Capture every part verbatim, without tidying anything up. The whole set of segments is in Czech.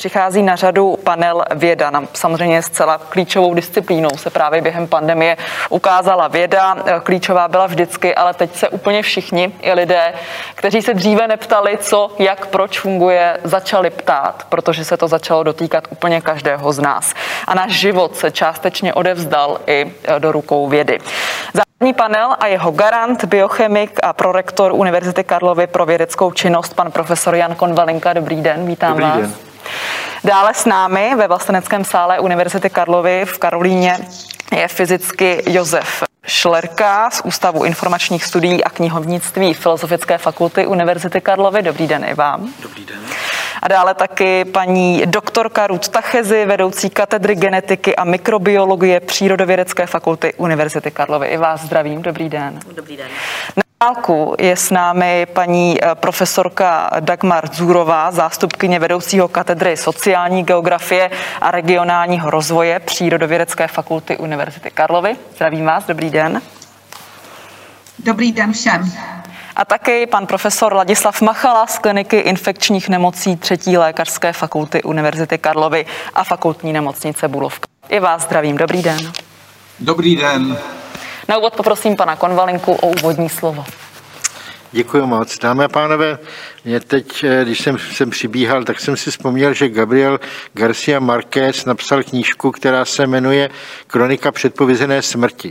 přichází na řadu panel věda. Samozřejmě zcela klíčovou disciplínou se právě během pandemie ukázala věda. Klíčová byla vždycky, ale teď se úplně všichni i lidé, kteří se dříve neptali, co, jak, proč funguje, začali ptát, protože se to začalo dotýkat úplně každého z nás. A náš život se částečně odevzdal i do rukou vědy. Zásadní panel a jeho garant, biochemik a prorektor Univerzity Karlovy pro vědeckou činnost, pan profesor Jan Konvalinka. Dobrý den, vítám Dobrý vás. Den. Dále s námi ve Vlasteneckém sále Univerzity Karlovy v Karolíně je fyzicky Josef Šlerka z Ústavu informačních studií a knihovnictví Filozofické fakulty Univerzity Karlovy. Dobrý den i vám. Dobrý den. A dále taky paní doktorka Ruth Tachezi, vedoucí katedry genetiky a mikrobiologie Přírodovědecké fakulty Univerzity Karlovy. I vás zdravím. Dobrý den. Dobrý den. Na dálku je s námi paní profesorka Dagmar Dzurová, zástupkyně vedoucího katedry sociální geografie a regionálního rozvoje Přírodovědecké fakulty Univerzity Karlovy. Zdravím vás. Dobrý den. Dobrý den všem. A taky pan profesor Ladislav Machala z kliniky infekčních nemocí třetí lékařské fakulty Univerzity Karlovy a fakultní nemocnice Bulovka. I vás zdravím. Dobrý den. Dobrý den. Na úvod poprosím pana Konvalinku o úvodní slovo. Děkuji moc. Dámy a pánové, mě teď, když jsem sem přibíhal, tak jsem si vzpomněl, že Gabriel García Márquez napsal knížku, která se jmenuje Kronika předpovězené smrti.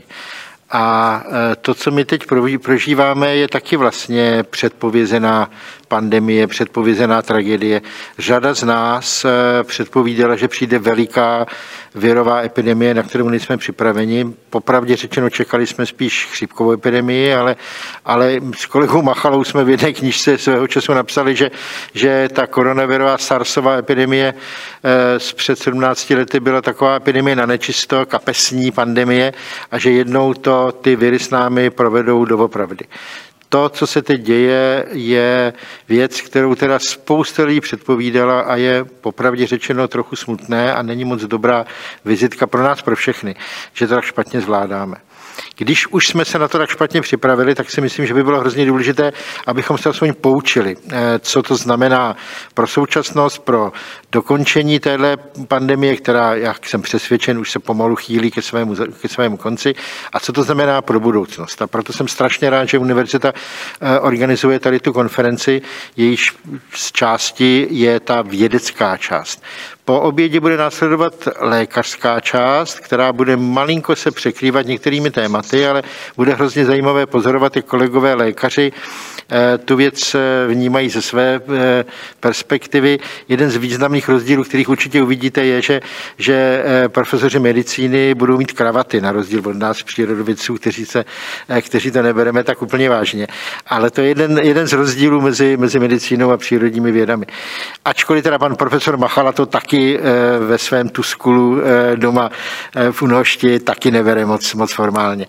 A to, co my teď prožíváme, je taky vlastně předpovězená pandemie, předpovězená tragédie. Řada z nás předpovídala, že přijde veliká virová epidemie, na kterou nejsme připraveni. Popravdě řečeno, čekali jsme spíš chřipkovou epidemii, ale, ale s kolegou Machalou jsme v jedné knížce svého času napsali, že, že ta koronavirová SARSová epidemie z před sedmnácti lety byla taková epidemie na nečisto, kapesní pandemie a že jednou to ty viry s námi provedou doopravdy. To, co se teď děje, je věc, kterou teda spousta lidí předpovídala a je popravdě řečeno trochu smutné a není moc dobrá vizitka pro nás, pro všechny, že to tak špatně zvládáme. Když už jsme se na to tak špatně připravili, tak si myslím, že by bylo hrozně důležité, abychom se aspoň poučili, co to znamená pro současnost, pro dokončení téhle pandemie, která, jak jsem přesvědčen, už se pomalu chýlí ke svému, ke svému konci, a co to znamená pro budoucnost. A proto jsem strašně rád, že univerzita organizuje tady tu konferenci, jejíž z části je ta vědecká část. Po obědě bude následovat lékařská část, která bude malinko se překrývat některými tématy, ale bude hrozně zajímavé pozorovat, jak kolegové lékaři tu věc vnímají ze své perspektivy. Jeden z významných rozdílů, kterých určitě uvidíte, je, že, že profesoři medicíny budou mít kravaty, na rozdíl od nás přírodovědců, kteří, se, kteří to nebereme tak úplně vážně. Ale to je jeden, jeden z rozdílů mezi, mezi medicínou a přírodními vědami. Ačkoliv teda pan profesor Machala to taky ve svém tuskulu doma v Unošti taky nebere moc, moc formálně.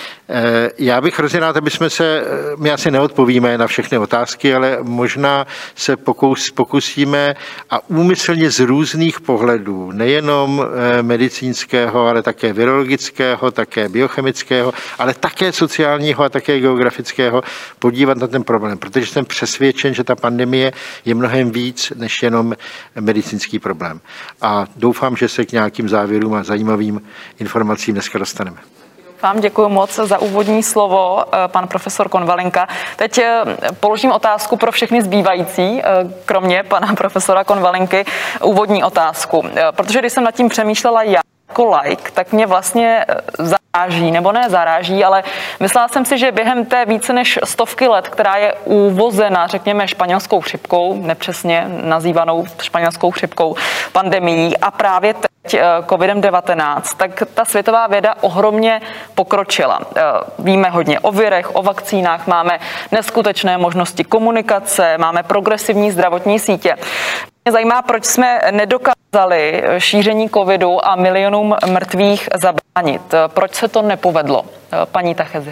Já bych hrozně rád, aby jsme se, my asi neodpovíme na všechny otázky, ale možná se pokus, pokusíme a úmyslně z různých pohledů, nejenom medicínského, ale také virologického, také biochemického, ale také sociálního a také geografického, podívat na ten problém, protože jsem přesvědčen, že ta pandemie je mnohem víc než jenom medicínský problém. A doufám, že se k nějakým závěrům a zajímavým informacím dneska dostaneme. Vám děkuji moc za úvodní slovo, pan profesor Konvalinka. Teď položím otázku pro všechny zbývající, kromě pana profesora Konvalinky, úvodní otázku. Protože když jsem nad tím přemýšlela já jako laik, tak mě vlastně zaráží, nebo ne zaráží, ale myslela jsem si, že během té více než stovky let, která je uvozena, řekněme, španělskou chřipkou, nepřesně nazývanou španělskou chřipkou, pandemií a právě teď kovidem devatenáct, tak ta světová věda ohromně pokročila. Víme hodně o virech, o vakcínách, máme neskutečné možnosti komunikace, máme progresivní zdravotní sítě. Mě zajímá, proč jsme nedokázali šíření covidu a milionům mrtvých zabránit. Proč se to nepovedlo, paní Tachezi?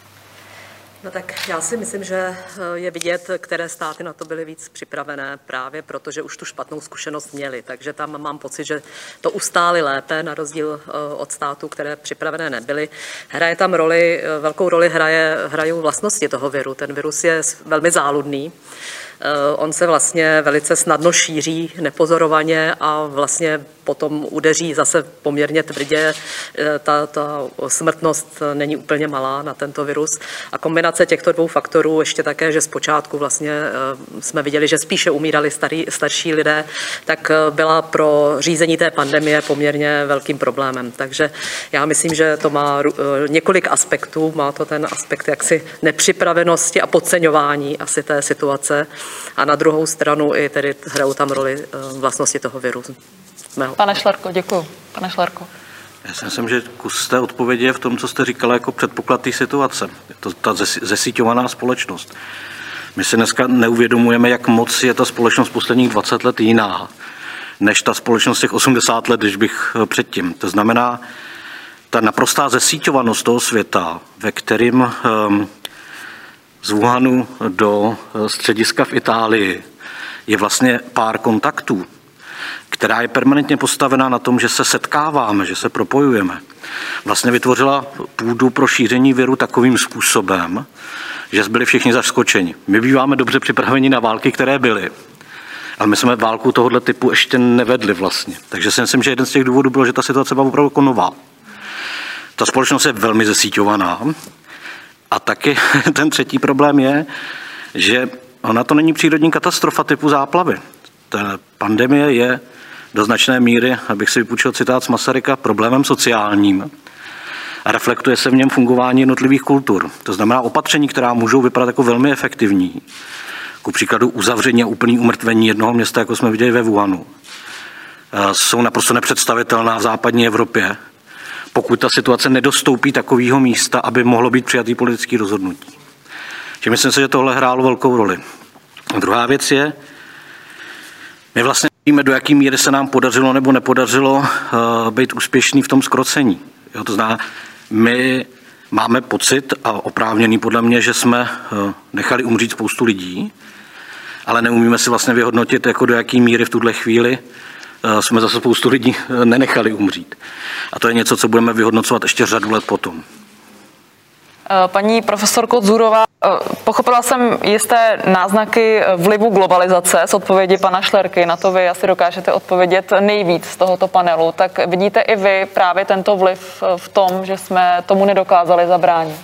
No tak já si myslím, že je vidět, které státy na to byly víc připravené, právě protože už tu špatnou zkušenost měly. Takže tam mám pocit, že to ustáli lépe, na rozdíl od států, které připravené nebyly. Hraje tam roli, velkou roli hraje, hrajou vlastnosti toho viru. Ten virus je velmi záludný. On se vlastně velice snadno šíří nepozorovaně a vlastně potom udeří zase poměrně tvrdě. Ta, ta smrtnost není úplně malá na tento virus. A kombinace těchto dvou faktorů, ještě také, že zpočátku vlastně jsme viděli, že spíše umírali starý, starší lidé, tak byla pro řízení té pandemie poměrně velkým problémem. Takže já myslím, že to má několik aspektů. Má to ten aspekt jaksi nepřipravenosti a podceňování asi té situace. A na druhou stranu i tedy hrajou tam roli vlastnosti toho viru. Pane Šlerko, děkuji. Pane Šlerko. Já si myslím, že kus té odpovědi je v tom, co jste říkala jako předpoklad té situace. Je to ta zesíťovaná společnost. My si dneska neuvědomujeme, jak moc je ta společnost posledních dvacet let jiná, než ta společnost těch osmdesát let, když bych předtím. To znamená, ta naprostá zesíťovanost toho světa, ve kterým um, z Wuhanu do střediska v Itálii je vlastně pár kontaktů, která je permanentně postavená na tom, že se setkáváme, že se propojujeme, vlastně vytvořila půdu pro šíření viru takovým způsobem, že byli všichni zaskočeni. My býváme dobře připraveni na války, které byly, ale my jsme válku tohoto typu ještě nevedli vlastně. Takže si myslím, že jeden z těch důvodů bylo, že ta situace byla opravdu jako nová. Ta společnost je velmi zesíťovaná a taky ten třetí problém je, že ona to není přírodní katastrofa typu záplavy. Ta pandemie je do značné míry, abych si vypůjčil citát z Masaryka, problémem sociálním a reflektuje se v něm fungování jednotlivých kultur. To znamená opatření, která můžou vypadat jako velmi efektivní, ku příkladu uzavření a úplný umrtvení jednoho města, jako jsme viděli ve Wuhanu, jsou naprosto nepředstavitelná v západní Evropě, pokud ta situace nedostoupí takového místa, aby mohlo být přijatý politický rozhodnutí. Čiže myslím si, že tohle hrálo velkou roli. A druhá věc je, my vlastně víme, do jaké míry se nám podařilo nebo nepodařilo uh, být úspěšný v tom zkrocení. Jo, to znamená, my máme pocit, a oprávněný podle mě, že jsme uh, nechali umřít spoustu lidí, ale neumíme si vlastně vyhodnotit, jako do jaké míry v tuhle chvíli uh, jsme zase spoustu lidí uh, nenechali umřít. A to je něco, co budeme vyhodnocovat ještě řadu let potom. Paní profesorko Dzurová, pochopila jsem jisté náznaky vlivu globalizace z odpovědi pana Šlerky. Na to vy asi dokážete odpovědět nejvíc z tohoto panelu. Tak vidíte i vy právě tento vliv v tom, že jsme tomu nedokázali zabránit?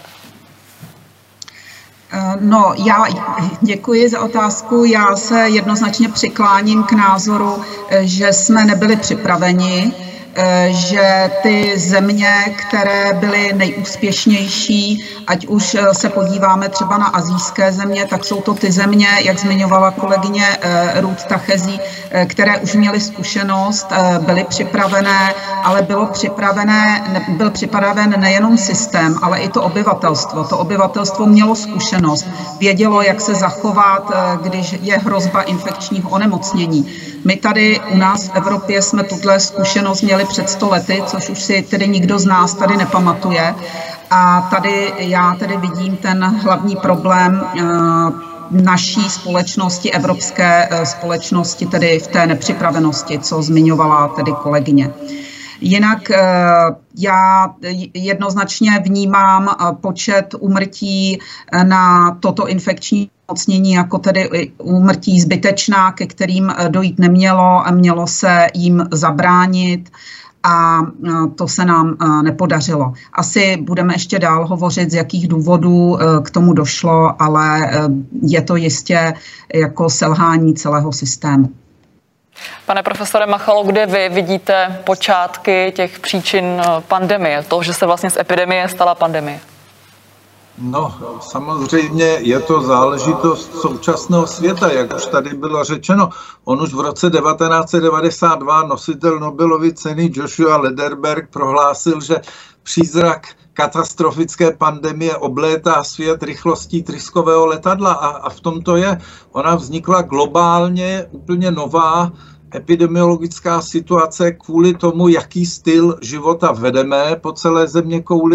No, já děkuji za otázku. Já se jednoznačně přikláním k názoru, že jsme nebyli připraveni, že ty země, které byly nejúspěšnější, ať už se podíváme třeba na asijské země, tak jsou to ty země, jak zmiňovala kolegyně Ruth Tachezi, které už měly zkušenost, byly připravené, ale bylo připravené, byl připraven nejenom systém, ale i to obyvatelstvo. To obyvatelstvo mělo zkušenost, vědělo, jak se zachovat, když je hrozba infekčních onemocnění. My tady u nás v Evropě jsme tuhle zkušenost měli před sto lety, což už si tedy nikdo z nás tady nepamatuje. A tady já tedy vidím ten hlavní problém naší společnosti, evropské společnosti, tedy v té nepřipravenosti, co zmiňovala tedy kolegyně. Jinak já jednoznačně vnímám počet úmrtí na toto infekční onemocnění jako tedy úmrtí zbytečná, ke kterým dojít nemělo a mělo se jim zabránit a to se nám nepodařilo. Asi budeme ještě dál hovořit, z jakých důvodů k tomu došlo, ale je to jistě jako selhání celého systému. Pane profesore Machalo, kde vy vidíte počátky těch příčin pandemie, toho, že se vlastně z epidemie stala pandemie? No, samozřejmě je to záležitost současného světa, jak už tady bylo řečeno. On už v roce devatenáct set devadesát dva nositel Nobelovy ceny Joshua Lederberg prohlásil, že přízrak katastrofické pandemie oblétá svět rychlostí tryskového letadla a, a v tom to je. Ona vznikla globálně úplně nová epidemiologická situace kvůli tomu, jaký styl života vedeme po celé zeměkouli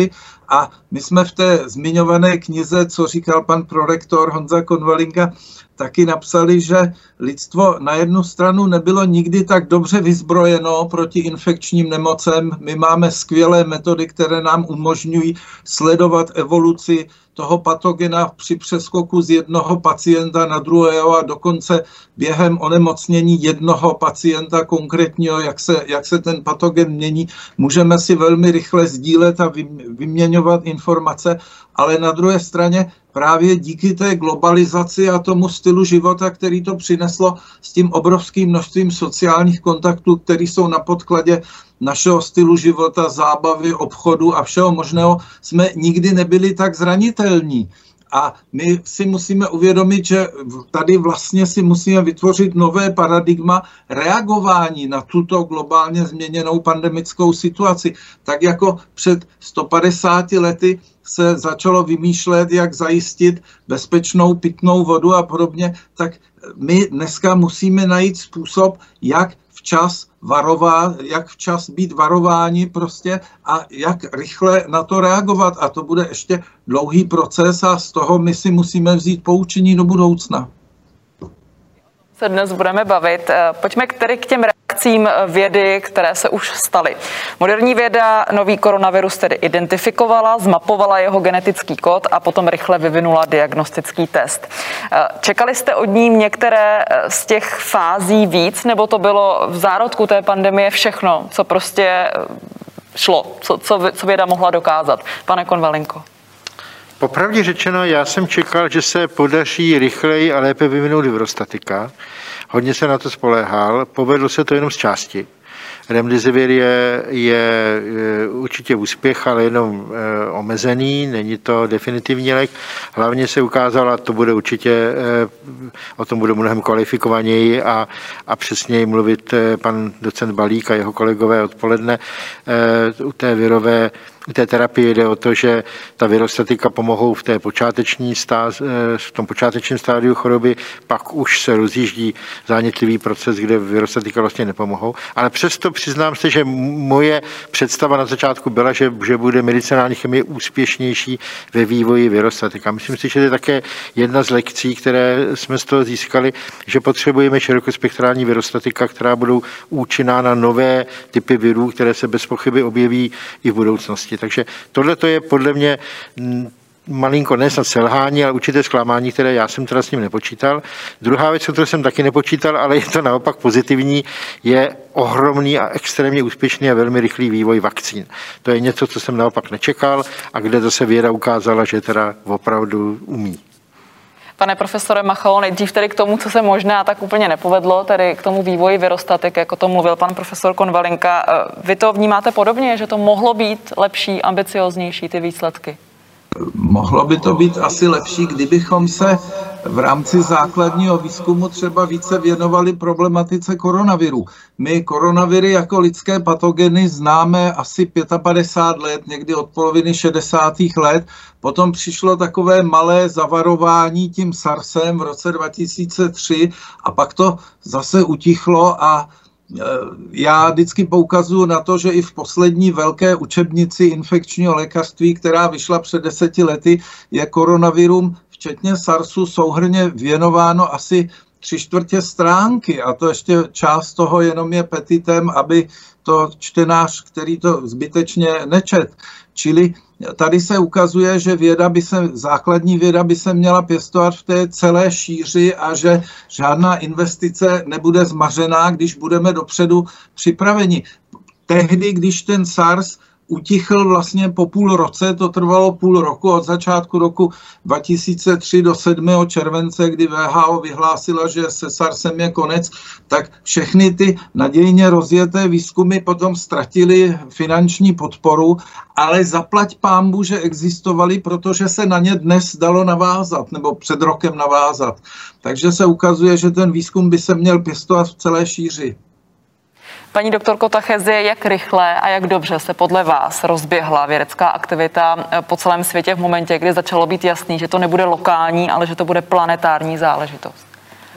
A my jsme v té zmiňované knize, co říkal pan prorektor Honza Konvalinka, taky napsali, že lidstvo na jednu stranu nebylo nikdy tak dobře vyzbrojeno proti infekčním nemocem. My máme skvělé metody, které nám umožňují sledovat evoluci toho patogena při přeskoku z jednoho pacienta na druhého a dokonce během onemocnění jednoho pacienta konkrétního, jak se, jak se ten patogen mění, můžeme si velmi rychle sdílet a vyměňovat informace, ale na druhé straně právě díky té globalizaci a tomu stylu života, který to přineslo s tím obrovským množstvím sociálních kontaktů, které jsou na podkladě našeho stylu života, zábavy, obchodu a všeho možného, jsme nikdy nebyli tak zranitelní. A my si musíme uvědomit, že tady vlastně si musíme vytvořit nové paradigma reagování na tuto globálně změněnou pandemickou situaci. Tak jako před sto padesáti lety se začalo vymýšlet, jak zajistit bezpečnou pitnou vodu a podobně, tak my dneska musíme najít způsob, jak včas varová, jak včas být varováni prostě a jak rychle na to reagovat. A to bude ještě dlouhý proces a z toho my si musíme vzít poučení do budoucna. Se dnes budeme bavit. Pojďme k tedy k těm reakcím vědy, které se už staly. Moderní věda nový koronavirus tedy identifikovala, zmapovala jeho genetický kód a potom rychle vyvinula diagnostický test. Čekali jste od ní některé z těch fází víc, nebo to bylo v zárodku té pandemie všechno, co prostě šlo, co, co, co věda mohla dokázat? Pane Konvalinko. Popravdě řečeno, já jsem čekal, že se podaří rychleji a lépe vyvinout virostatika. Hodně se na to spoléhal, povedlo se to jenom z části. Remdesivir je, je určitě úspěch, ale jenom e, omezený, není to definitivní lék. Hlavně se ukázalo, a to bude určitě, e, o tom bude mnohem kvalifikovaněji a, a přesněji mluvit e, pan docent Balík a jeho kolegové odpoledne e, u té virové U té terapie jde o to, že ta virostatika pomohou v, té počáteční stáz, v tom počátečním stádiu choroby, pak už se rozjíždí zánětlivý proces, kde virostatika vlastně nepomohou. Ale přesto přiznám se, že moje představa na začátku byla, že, že bude medicinální chemie úspěšnější ve vývoji virostatika. Myslím si, že to je také jedna z lekcí, které jsme z toho získali, že potřebujeme širokospektrální virostatika, která budou účinná na nové typy virů, které se bez pochyby objeví i v budoucnosti. Takže tohle je podle mě malinko ne snad selhání, ale určité zklamání, které já jsem teda s ním nepočítal. Druhá věc, kterou jsem taky nepočítal, ale je to naopak pozitivní, je ohromný a extrémně úspěšný a velmi rychlý vývoj vakcín. To je něco, co jsem naopak nečekal a kde zase věda ukázala, že teda opravdu umí. Pane profesore Machalo, nejdřív tedy k tomu, co se možná tak úplně nepovedlo, tedy k tomu vývoji virostatik, jako to mluvil pan profesor Konvalinka. Vy to vnímáte podobně, že to mohlo být lepší, ambicioznější ty výsledky? Mohlo by to být asi lepší, kdybychom se v rámci základního výzkumu třeba více věnovali problematice koronaviru. My koronaviry jako lidské patogeny známe asi padesát pět let, někdy od poloviny šedesátých let. Potom přišlo takové malé zavarování tím SARSem v roce dva tisíce tři a pak to zase utichlo a já vždycky poukazuji na to, že i v poslední velké učebnici infekčního lékařství, která vyšla před deseti lety, je koronavirum, včetně SARSu, souhrnně věnováno asi tři čtvrtě stránky a to ještě část toho jenom je petitem, aby to čtenář, který to zbytečně nečet. Čili tady se ukazuje, že věda by se, základní věda by se měla pěstovat v té celé šíři a že žádná investice nebude zmařená, když budeme dopředu připraveni. Tehdy, když ten SARS utichl vlastně po půl roce, to trvalo půl roku, od začátku roku dva tisíce tři do sedmého července, kdy W H O vyhlásila, že se SARSem je konec, tak všechny ty nadějně rozjeté výzkumy potom ztratily finanční podporu, ale zaplať pánbu, že existovaly, protože se na ně dnes dalo navázat, nebo před rokem navázat. Takže se ukazuje, že ten výzkum by se měl pěstovat v celé šíři. Paní doktorko Tachezi, jak rychle a jak dobře se podle vás rozběhla vědecká aktivita po celém světě v momentě, kdy začalo být jasný, že to nebude lokální, ale že to bude planetární záležitost?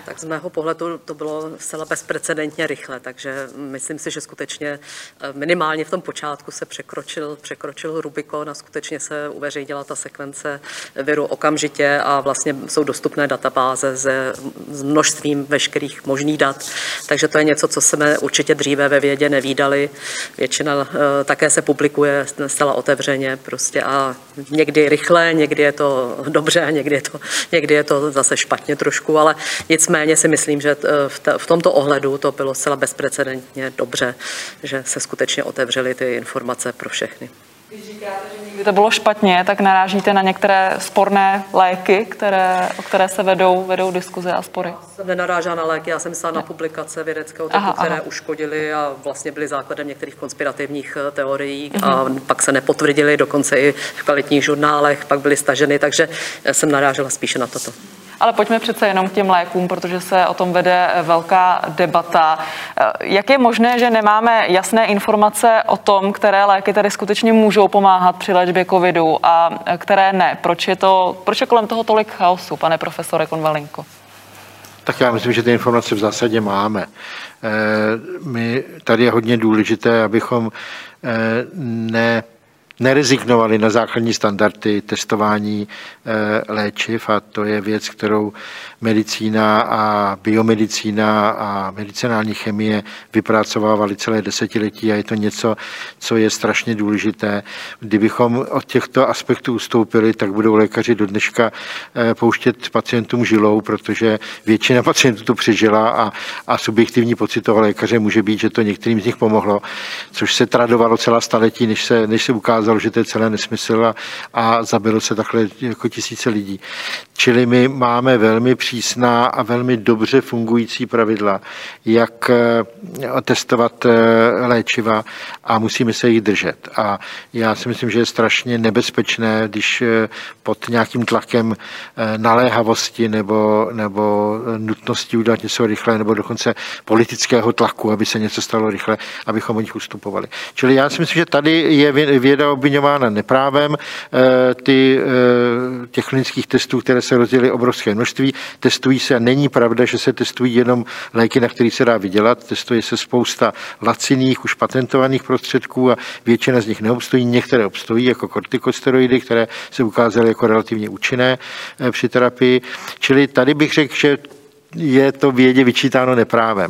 Tak z mého pohledu to bylo zcela bezprecedentně rychle, takže myslím si, že skutečně minimálně v tom počátku se překročil, překročil Rubikon a skutečně se uveřejnila ta sekvence viru okamžitě a vlastně jsou dostupné databáze se, s množstvím veškerých možných dat. Takže to je něco, co jsme určitě dříve ve vědě nevídali. Většina také se publikuje zcela otevřeně prostě a někdy rychle, někdy je to dobře, někdy je to, někdy je to zase špatně trošku, ale nicméně si myslím, že v, t- v tomto ohledu to bylo zcela bezprecedentně dobře, že se skutečně otevřely ty informace pro všechny. Když říkáte, že někdy to bylo špatně, tak narážíte na některé sporné léky, které, o které se vedou, vedou diskuze a spory? Já jsem nenarážela na léky, já jsem myslela na publikace vědeckého typu, aha, které aha. uškodily a vlastně byly základem některých konspirativních teorií uh-huh. a pak se nepotvrdily, dokonce i v kvalitních žurnálech, pak byly staženy, takže jsem narážela spíše na toto. Ale pojďme přece jenom k těm lékům, protože se o tom vede velká debata. Jak je možné, že nemáme jasné informace o tom, které léky tady skutečně můžou pomáhat při léčbě covidu a které ne? Proč je, to, proč je kolem toho tolik chaosu, pane profesore Konvalinko? Tak já myslím, že ty informace v zásadě máme. My, tady je hodně důležité, abychom ne... nerezignovali na základní standardy testování léčiv a to je věc, kterou medicína a biomedicína a medicinální chemie vypracovávali celé desetiletí a je to něco, co je strašně důležité. Kdybychom od těchto aspektů ustoupili, tak budou lékaři do dneška pouštět pacientům žilou, protože většina pacientů to přežila a, a subjektivní pocit toho lékaře může být, že to některým z nich pomohlo, což se tradovalo celá staletí, než se, než se ukázalo, že to je celé nesmysl a, a zabilo se takhle jako tisíce lidí. Čili my máme velmi přísná a velmi dobře fungující pravidla, jak testovat léčiva a musíme se jich držet. A já si myslím, že je strašně nebezpečné, když pod nějakým tlakem naléhavosti nebo, nebo nutnosti udělat něco rychle, nebo dokonce politického tlaku, aby se něco stalo rychle, abychom o nich ustupovali. Čili já si myslím, že tady je věda obviňována neprávem. Ty, těch klinických testů, které se rozdělily obrovské množství, testují se a není pravda, že se testují jenom léky, na kterých se dá vydělat. Testuje se spousta laciných, už patentovaných prostředků a většina z nich neobstojí. Některé obstojí, jako kortikosteroidy, které se ukázaly jako relativně účinné při terapii. Čili tady bych řekl, že je to vědě vyčítáno neprávem.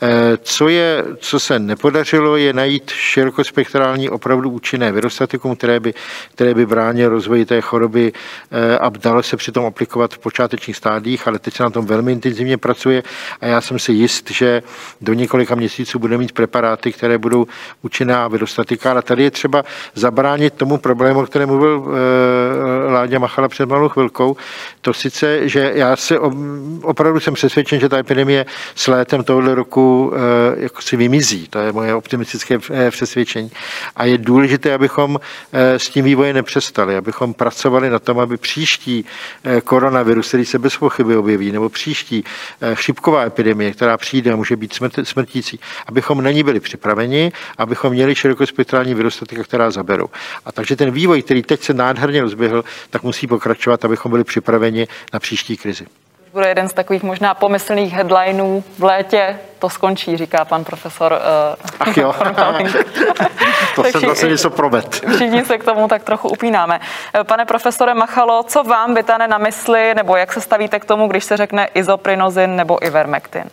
Co, je, co se nepodařilo, je najít širokospektrální, opravdu účinné virostatikum, které by, které by bránilo rozvoji té choroby a dalo se přitom aplikovat v počátečních stádiích, ale teď se na tom velmi intenzivně pracuje a já jsem si jist, že do několika měsíců budeme mít preparáty, které budou účinná virostatika, ale tady je třeba zabránit tomu problému, o kterém mluvil Láďa Machala před malou chvilkou, to sice, že já se opravdu jsem přesvědčen, že ta epidemie s létem tohoto roku e, jako si vymizí. To je moje optimistické přesvědčení. A je důležité, abychom e, s tím vývojem nepřestali, abychom pracovali na tom, aby příští e, koronavirus, který se bez pochyby objeví, nebo příští e, chřipková epidemie, která přijde a může být smrt, smrtící, abychom na ní byli připraveni, abychom měli širokospektrální virostatika, která zaberou. A takže ten vývoj, který teď se nádherně rozběhl, tak musí pokračovat, abychom byli připraveni na příští krizi. Bude jeden z takových možná pomyslných headlineů v létě, to skončí, říká pan profesor. Uh, Ach jo, to jsem zase něco provedl. Všichni se k tomu tak trochu upínáme. Pane profesore Machalo, co vám vytane na mysli, nebo jak se stavíte k tomu, když se řekne izoprinozin nebo ivermectin?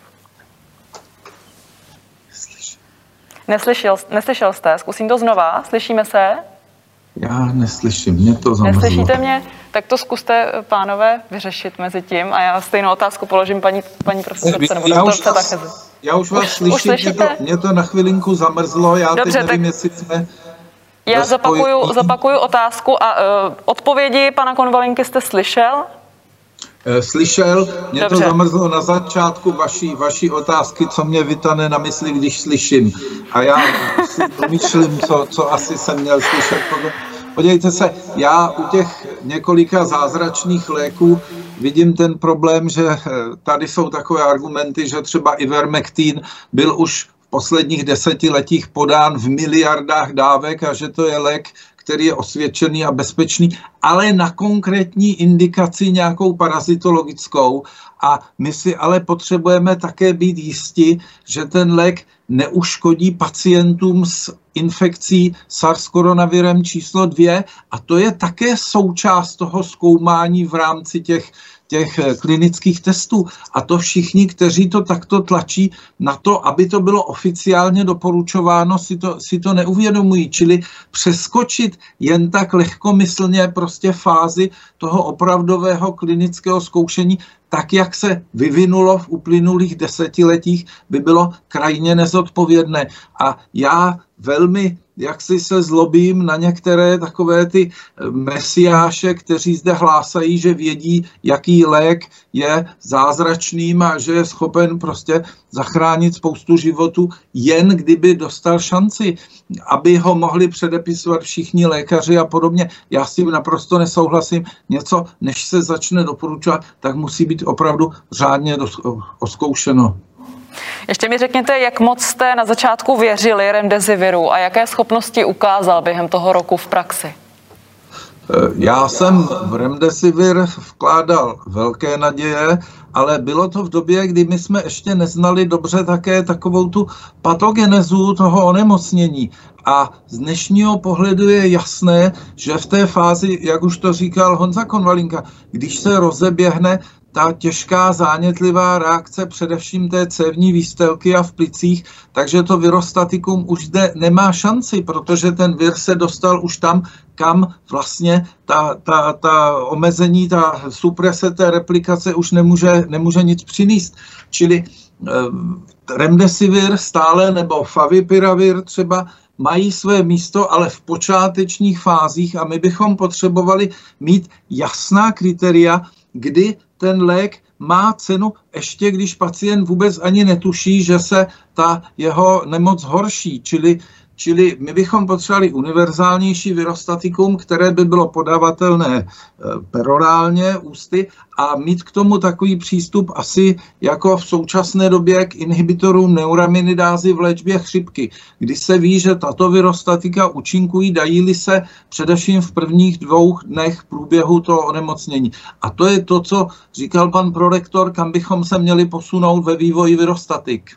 Neslyšel, neslyšel jste? Zkusím to znova. Slyšíme se? Já neslyším, mě to zamrzlo. Neslyšíte mě? Tak to zkuste, pánové, vyřešit mezi tím a já stejnou otázku položím paní, paní profesorce nebo doktorce Tachezi. Já už vás už, slyším, už mě, to, mě to na chvilinku zamrzlo, já Dobře, teď nevím, tak... jestli jsme... Já zopakuju, zopakuju otázku a uh, odpovědi pana Konvalinky jste slyšel? Slyšel, mě Dobře. to zamrzlo na začátku vaší, vaší otázky, co mě vytane na mysli, když slyším. A já si domýšlím, co, co asi jsem měl slyšet. Podívejte se, já u těch několika zázračných léků vidím ten problém, že tady jsou takové argumenty, že třeba ivermectin byl už v posledních desetiletích podán v miliardách dávek a že to je lék, který je osvědčený a bezpečný, ale na konkrétní indikaci nějakou parazitologickou. A my si ale potřebujeme také být jisti, že ten lék neuškodí pacientům s infekcí SARS koronavirem číslo dvě a to je také součást toho zkoumání v rámci těch, těch klinických testů. A to všichni, kteří to takto tlačí na to, aby to bylo oficiálně doporučováno, si to, si to neuvědomují. Čili přeskočit jen tak lehkomyslně prostě fázi toho opravdového klinického zkoušení, tak, jak se vyvinulo v uplynulých desetiletích, by bylo krajně nezodpovědné. A já velmi, jak si se zlobím na některé takové ty mesiáše, kteří zde hlásají, že vědí, jaký lék je zázračným a že je schopen prostě zachránit spoustu životů, jen kdyby dostal šanci, aby ho mohli předepisovat všichni lékaři a podobně. Já s tím naprosto nesouhlasím. Něco, než se začne doporučovat, tak musí být opravdu řádně oskoušeno. Ještě mi řekněte, jak moc jste na začátku věřili Remdesiviru a jaké schopnosti ukázal během toho roku v praxi? Já jsem v Remdesivir vkládal velké naděje, ale bylo to v době, kdy my jsme ještě neznali dobře také takovou tu patogenezu toho onemocnění. A z dnešního pohledu je jasné, že v té fázi, jak už to říkal Honza Konvalinka, když se rozeběhne ta těžká zánětlivá reakce především té cévní výstelky a v plicích, takže to virostatikum už zde nemá šanci, protože ten vir se dostal už tam, kam vlastně ta, ta, ta omezení, ta suprese té replikace už nemůže, nemůže nic přinést. Čili eh, Remdesivir stále nebo Favipiravir třeba mají své místo, ale v počátečních fázích a my bychom potřebovali mít jasná kritéria, kdy ten lék má cenu, ještě když pacient vůbec ani netuší, že se ta jeho nemoc horší. Čili, čili my bychom potřebovali univerzálnější virostatikum, které by bylo podávatelné perorálně ústy a mít k tomu takový přístup asi jako v současné době k inhibitorům neuraminidázy v léčbě chřipky, kdy se ví, že tato virostatika účinkují, dají-li se především v prvních dvou dnech průběhu toho onemocnění. A to je to, co říkal pan prorektor, kam bychom se měli posunout ve vývoji virostatik.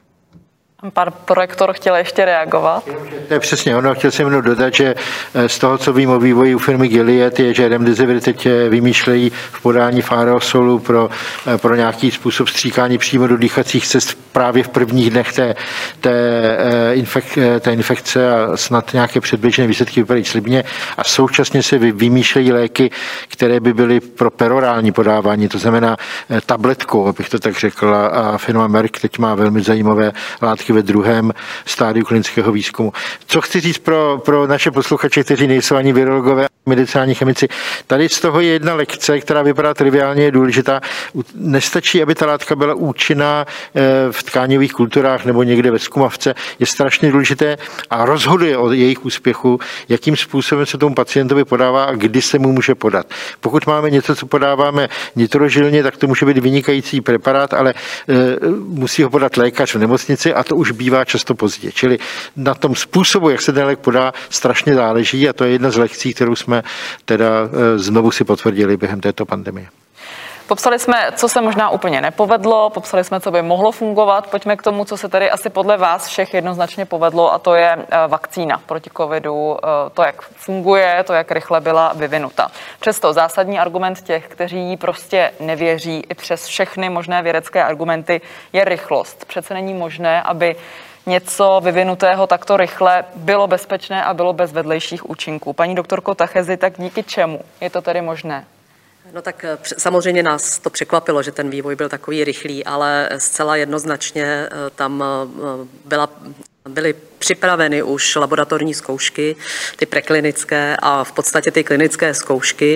Pan prorektor chtěl ještě reagovat. To je přesně ono. Chtěl jsem jenom dodat, že z toho, co vím o vývoji u firmy Gilead, je, že Remdesivir teď vymýšlejí v podání aerosolu pro, pro nějaký způsob stříkání přímo do dýchacích cest právě v prvních dnech té, té, infek, té infekce a snad nějaké předběžné výsledky vypadají slibně. A současně se vymýšlejí léky, které by byly pro perorální podávání, to znamená tabletkou, abych to tak řekl. A firma Merck teď má velmi zajímavé látky ve druhém stádiu klinického výzkumu. Co chci říct pro, pro naše posluchače, kteří nejsou ani virologové, medicinální chemici, tady z toho je jedna lekce, která vypadá triviálně, je důležitá. Nestačí, aby ta látka byla účinná v tkáňových kulturách nebo někde ve zkumavce. Je strašně důležité a rozhoduje o jejich úspěchu, jakým způsobem se tomu pacientovi podává a kdy se mu může podat. Pokud máme něco, co podáváme nitrožilně, tak to může být vynikající preparát, ale e, musí ho podat lékař v nemocnici a to už bývá často pozdě. Čili na tom způsobu, jak se ten lék podá, strašně záleží a to je jedna z lekcí, kterou jsme teda e, znovu si potvrdili během této pandemie. Popsali jsme, co se možná úplně nepovedlo, popsali jsme, co by mohlo fungovat. Pojďme k tomu, co se tady asi podle vás všech jednoznačně povedlo, a to je vakcína proti covidu, to, jak funguje, to, jak rychle byla vyvinuta. Přesto zásadní argument těch, kteří jí prostě nevěří, i přes všechny možné vědecké argumenty, je rychlost. Přece není možné, aby něco vyvinutého takto rychle bylo bezpečné a bylo bez vedlejších účinků. Paní doktorko Tachezi, tak díky čemu je to tedy možné? No tak samozřejmě nás to překvapilo, že ten vývoj byl takový rychlý, ale zcela jednoznačně tam byla, byly připraveny už laboratorní zkoušky, ty preklinické a v podstatě ty klinické zkoušky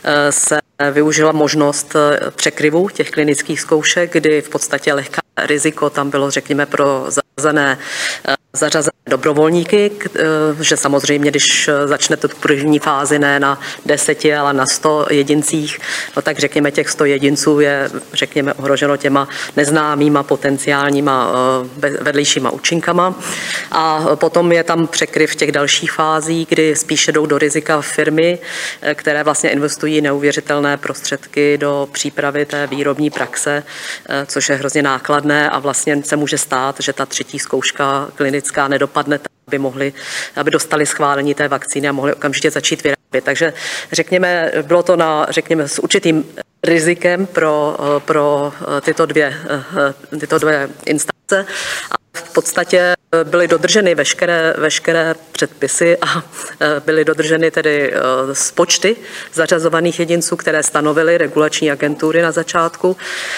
se využila možnost překryvu těch klinických zkoušek, kdy v podstatě lehké riziko tam bylo, řekněme, pro zařazené, zařazené dobrovolníky, že samozřejmě, když začnete tu první fázi ne na deseti, ale na sto jedincích, no tak řekněme těch sto jedinců je, řekněme, ohroženo těma neznámýma potenciálníma vedlejšíma účinkama. A potom je tam překryv těch dalších fází, kdy spíše jdou do rizika firmy, které vlastně investují neuvěřitelné prostředky do přípravy té výrobní praxe, což je hrozně nákladné a vlastně se může stát, že ta třetí zkouška klinická nedopadne tak, aby mohli, aby dostali schválení té vakcíny a mohli okamžitě začít vyrábět. Takže řekněme, bylo to na, řekněme, s určitým rizikem pro, pro tyto dvě, tyto dvě instance a v podstatě byly dodrženy veškeré, veškeré předpisy a byly dodrženy tedy počty zařazovaných jedinců, které stanovily regulační agentury na začátku.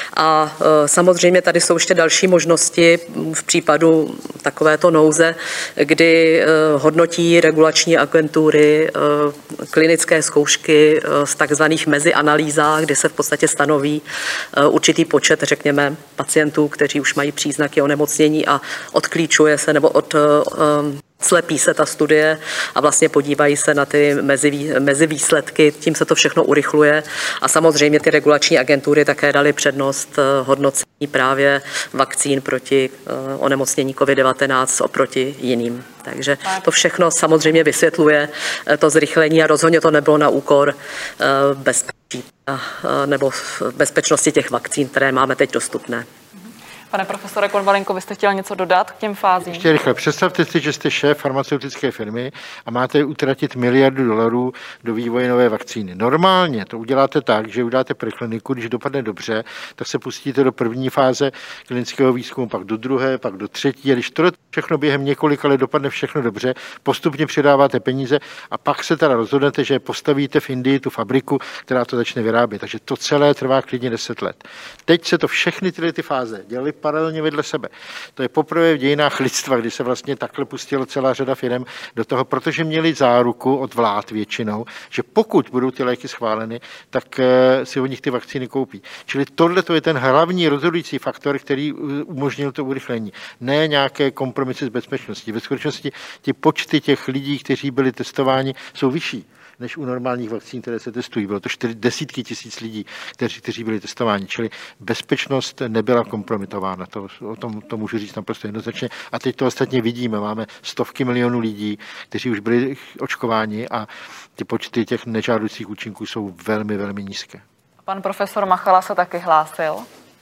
A samozřejmě tady jsou ještě další možnosti v případu takovéto nouze, kdy hodnotí regulační agentury klinické zkoušky z takzvaných mezianalýzách, kdy se v podstatě stanoví určitý počet, řekněme, pacientů, kteří už mají příznaky onemocnění a odklíčuje se nebo od, um, slepí se ta studie a vlastně podívají se na ty mezi, mezi výsledky, tím se to všechno urychluje a samozřejmě ty regulační agentury také dali přednost hodnocení právě vakcín proti uh, onemocnění covid devatenáct oproti jiným. Takže to všechno samozřejmě vysvětluje to zrychlení a rozhodně to nebylo na úkor uh, bezpečí, uh, nebo bezpečnosti těch vakcín, které máme teď dostupné. Pane profesore Konvalinko, vy jste chtěl něco dodat k těm fázím? Ještě rychle. Představte si, že jste šéf farmaceutické firmy a máte utratit miliardu dolarů do vývoje nové vakcíny. Normálně to uděláte tak, že uděláte prekliniku, když dopadne dobře, tak se pustíte do první fáze klinického výzkumu, pak do druhé, pak do třetí. A když to všechno během několika let dopadne všechno dobře, postupně přidáváte peníze a pak se teda rozhodnete, že postavíte v Indii tu fabriku, která to začne vyrábět. Takže to celé trvá klidně deset let. Teď se to všechny tyhle ty fáze dělaly paralelně vedle sebe. To je poprvé v dějinách lidstva, kdy se vlastně takhle pustila celá řada firem do toho, protože měli záruku od vlád většinou, že pokud budou ty léky schváleny, tak si od nich ty vakcíny koupí. Čili tohle to je ten hlavní rozhodující faktor, který umožnil to urychlení. Ne nějaké kompromisy s bezpečností. Ve skutečnosti ty počty těch lidí, kteří byli testováni, jsou vyšší než u normálních vakcín, které se testují. Bylo to čtyři, desítky tisíc lidí, kteří, kteří byli testováni, čili bezpečnost nebyla kompromitována. To, o tom to můžu říct naprosto jednoznačně. A teď to ostatně vidíme. Máme stovky milionů lidí, kteří už byli očkováni a ty počty těch nežádoucích účinků jsou velmi, velmi nízké. Pan profesor Machala se taky hlásil.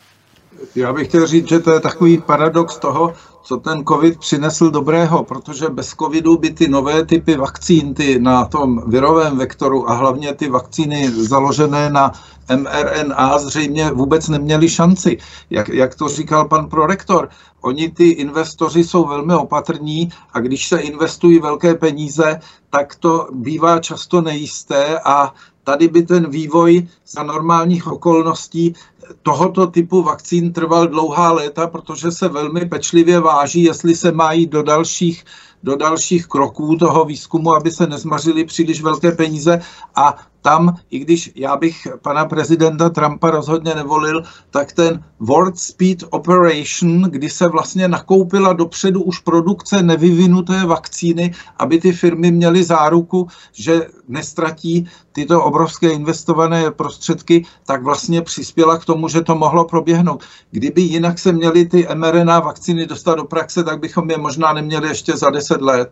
Já bych chtěl říct, že to je takový paradox toho, co ten covid přinesl dobrého, protože bez covidu by ty nové typy vakcín, ty na tom virovém vektoru a hlavně ty vakcíny založené na em er en á zřejmě vůbec neměly šanci. Jak, jak to říkal pan prorektor, oni ty investoři jsou velmi opatrní a když se investují velké peníze, tak to bývá často nejisté a tady by ten vývoj za normálních okolností tohoto typu vakcín trval dlouhá léta, protože se velmi pečlivě váží, jestli se mají do dalších, do dalších kroků toho výzkumu, aby se nezmařily příliš velké peníze a tam, i když já bych pana prezidenta Trumpa rozhodně nevolil, tak ten Warp Speed Operation, kdy se vlastně nakoupila dopředu už produkce nevyvinuté vakcíny, aby ty firmy měly záruku, že nestratí tyto obrovské investované prostředky, tak vlastně přispěla k tomu, že to mohlo proběhnout. Kdyby jinak se měly ty em er en á vakcíny dostat do praxe, tak bychom je možná neměli ještě za deset let.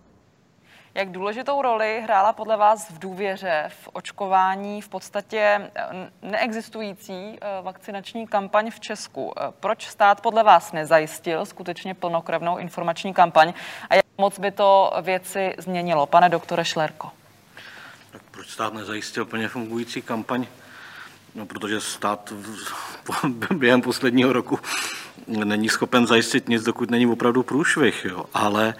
Jak důležitou roli hrála podle vás v důvěře, v očkování v podstatě neexistující vakcinační kampaň v Česku? Proč stát podle vás nezajistil skutečně plnokrevnou informační kampaň a jak moc by to věci změnilo? Pane doktore Šlerko. Tak proč stát nezajistil plně fungující kampaň? No, protože stát během posledního roku není schopen zajistit nic, dokud není opravdu průšvih, jo. Ale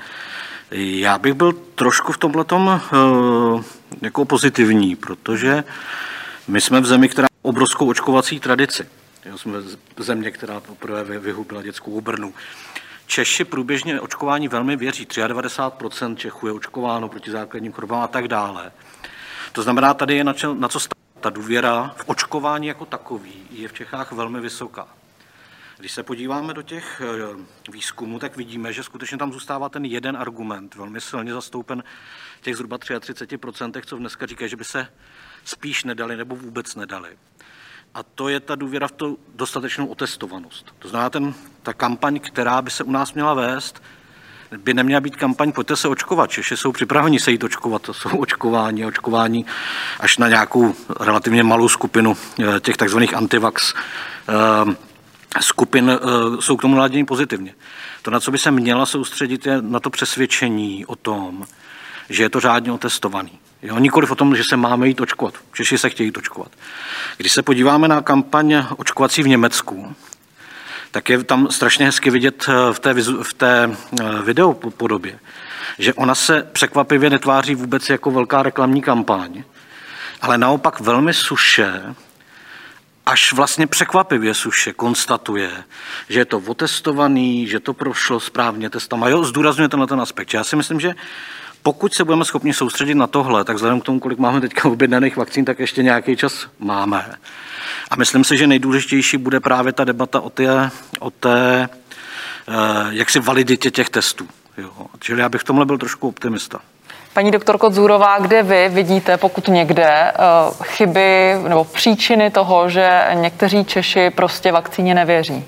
já bych byl trošku v tomhletom uh, jako pozitivní, protože my jsme v zemi, která má obrovskou očkovací tradici. Jo, jsme v země, která poprvé vyhubila dětskou obrnu. Češi průběžně očkování velmi věří. devadesát tři procent Čechů je očkováno proti základním chorobám a tak dále. To znamená, tady je na, na co stát. Ta důvěra v očkování jako takový je v Čechách velmi vysoká. Když se podíváme do těch výzkumů, tak vidíme, že skutečně tam zůstává ten jeden argument, velmi silně zastoupen těch zhruba třicet tři procent, co dneska říkají, že by se spíš nedali nebo vůbec nedali. A to je ta důvěra v tu dostatečnou otestovanost. To znamená, ten, ta kampaň, která by se u nás měla vést, by neměla být kampaň pojďte se očkovat. Češi jsou připraveni se jít očkovat. To jsou očkování, očkování až na nějakou relativně malou skupinu těch takzvaných antivax skupin jsou k tomu naladění pozitivně. To, na co by se měla soustředit, je na to přesvědčení o tom, že je to řádně otestovaný. Jo, nikoliv o tom, že se máme jít očkovat. Češi se chtějí očkovat. Když se podíváme na kampaň očkovací v Německu, tak je tam strašně hezky vidět v té, v té videopodobě, že ona se překvapivě netváří vůbec jako velká reklamní kampaň, ale naopak velmi suše, až vlastně překvapivě suše konstatuje, že je to otestovaný, že to prošlo správně testama. Jo, zdůrazňuje tenhle ten aspekt. Já si myslím, že pokud se budeme schopni soustředit na tohle, tak vzhledem k tomu, kolik máme teďka objednaných vakcín, tak ještě nějaký čas máme. A myslím si, že nejdůležitější bude právě ta debata o té, o té jaksi validitě těch testů. Jo. Čili já bych v tomhle byl trošku optimista. Paní doktorko Dzůrová, kde vy vidíte, pokud někde, chyby nebo příčiny toho, že někteří Češi prostě vakcíně nevěří?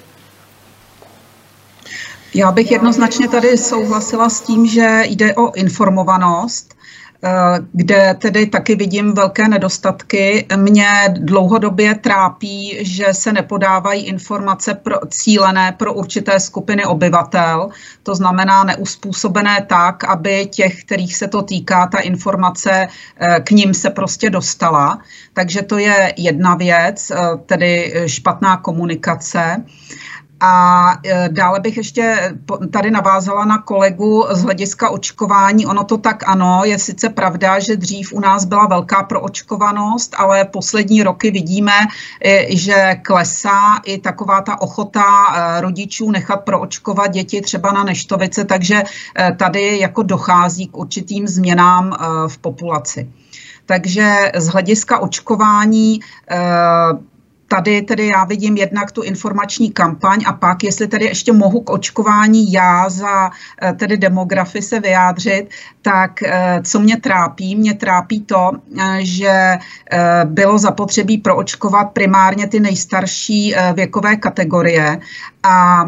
Já bych jednoznačně tady souhlasila s tím, že jde o informovanost, kde tedy taky vidím velké nedostatky. Mě dlouhodobě trápí, že se nepodávají informace pro, cílené pro určité skupiny obyvatel, to znamená neuspůsobené tak, aby těch, kterých se to týká, ta informace k ním se prostě dostala. Takže to je jedna věc, tedy špatná komunikace. A dále bych ještě tady navázala na kolegu z hlediska očkování. Ono to tak ano, je sice pravda, že dřív u nás byla velká proočkovanost, ale poslední roky vidíme, že klesá i taková ta ochota rodičů nechat proočkovat děti třeba na neštovice, takže tady jako dochází k určitým změnám v populaci. Takže z hlediska očkování tady tedy já vidím jednak tu informační kampaň a pak, jestli tedy ještě mohu k očkování já za tedy demografy se vyjádřit, tak co mě trápí? Mě trápí to, že bylo zapotřebí proočkovat primárně ty nejstarší věkové kategorie a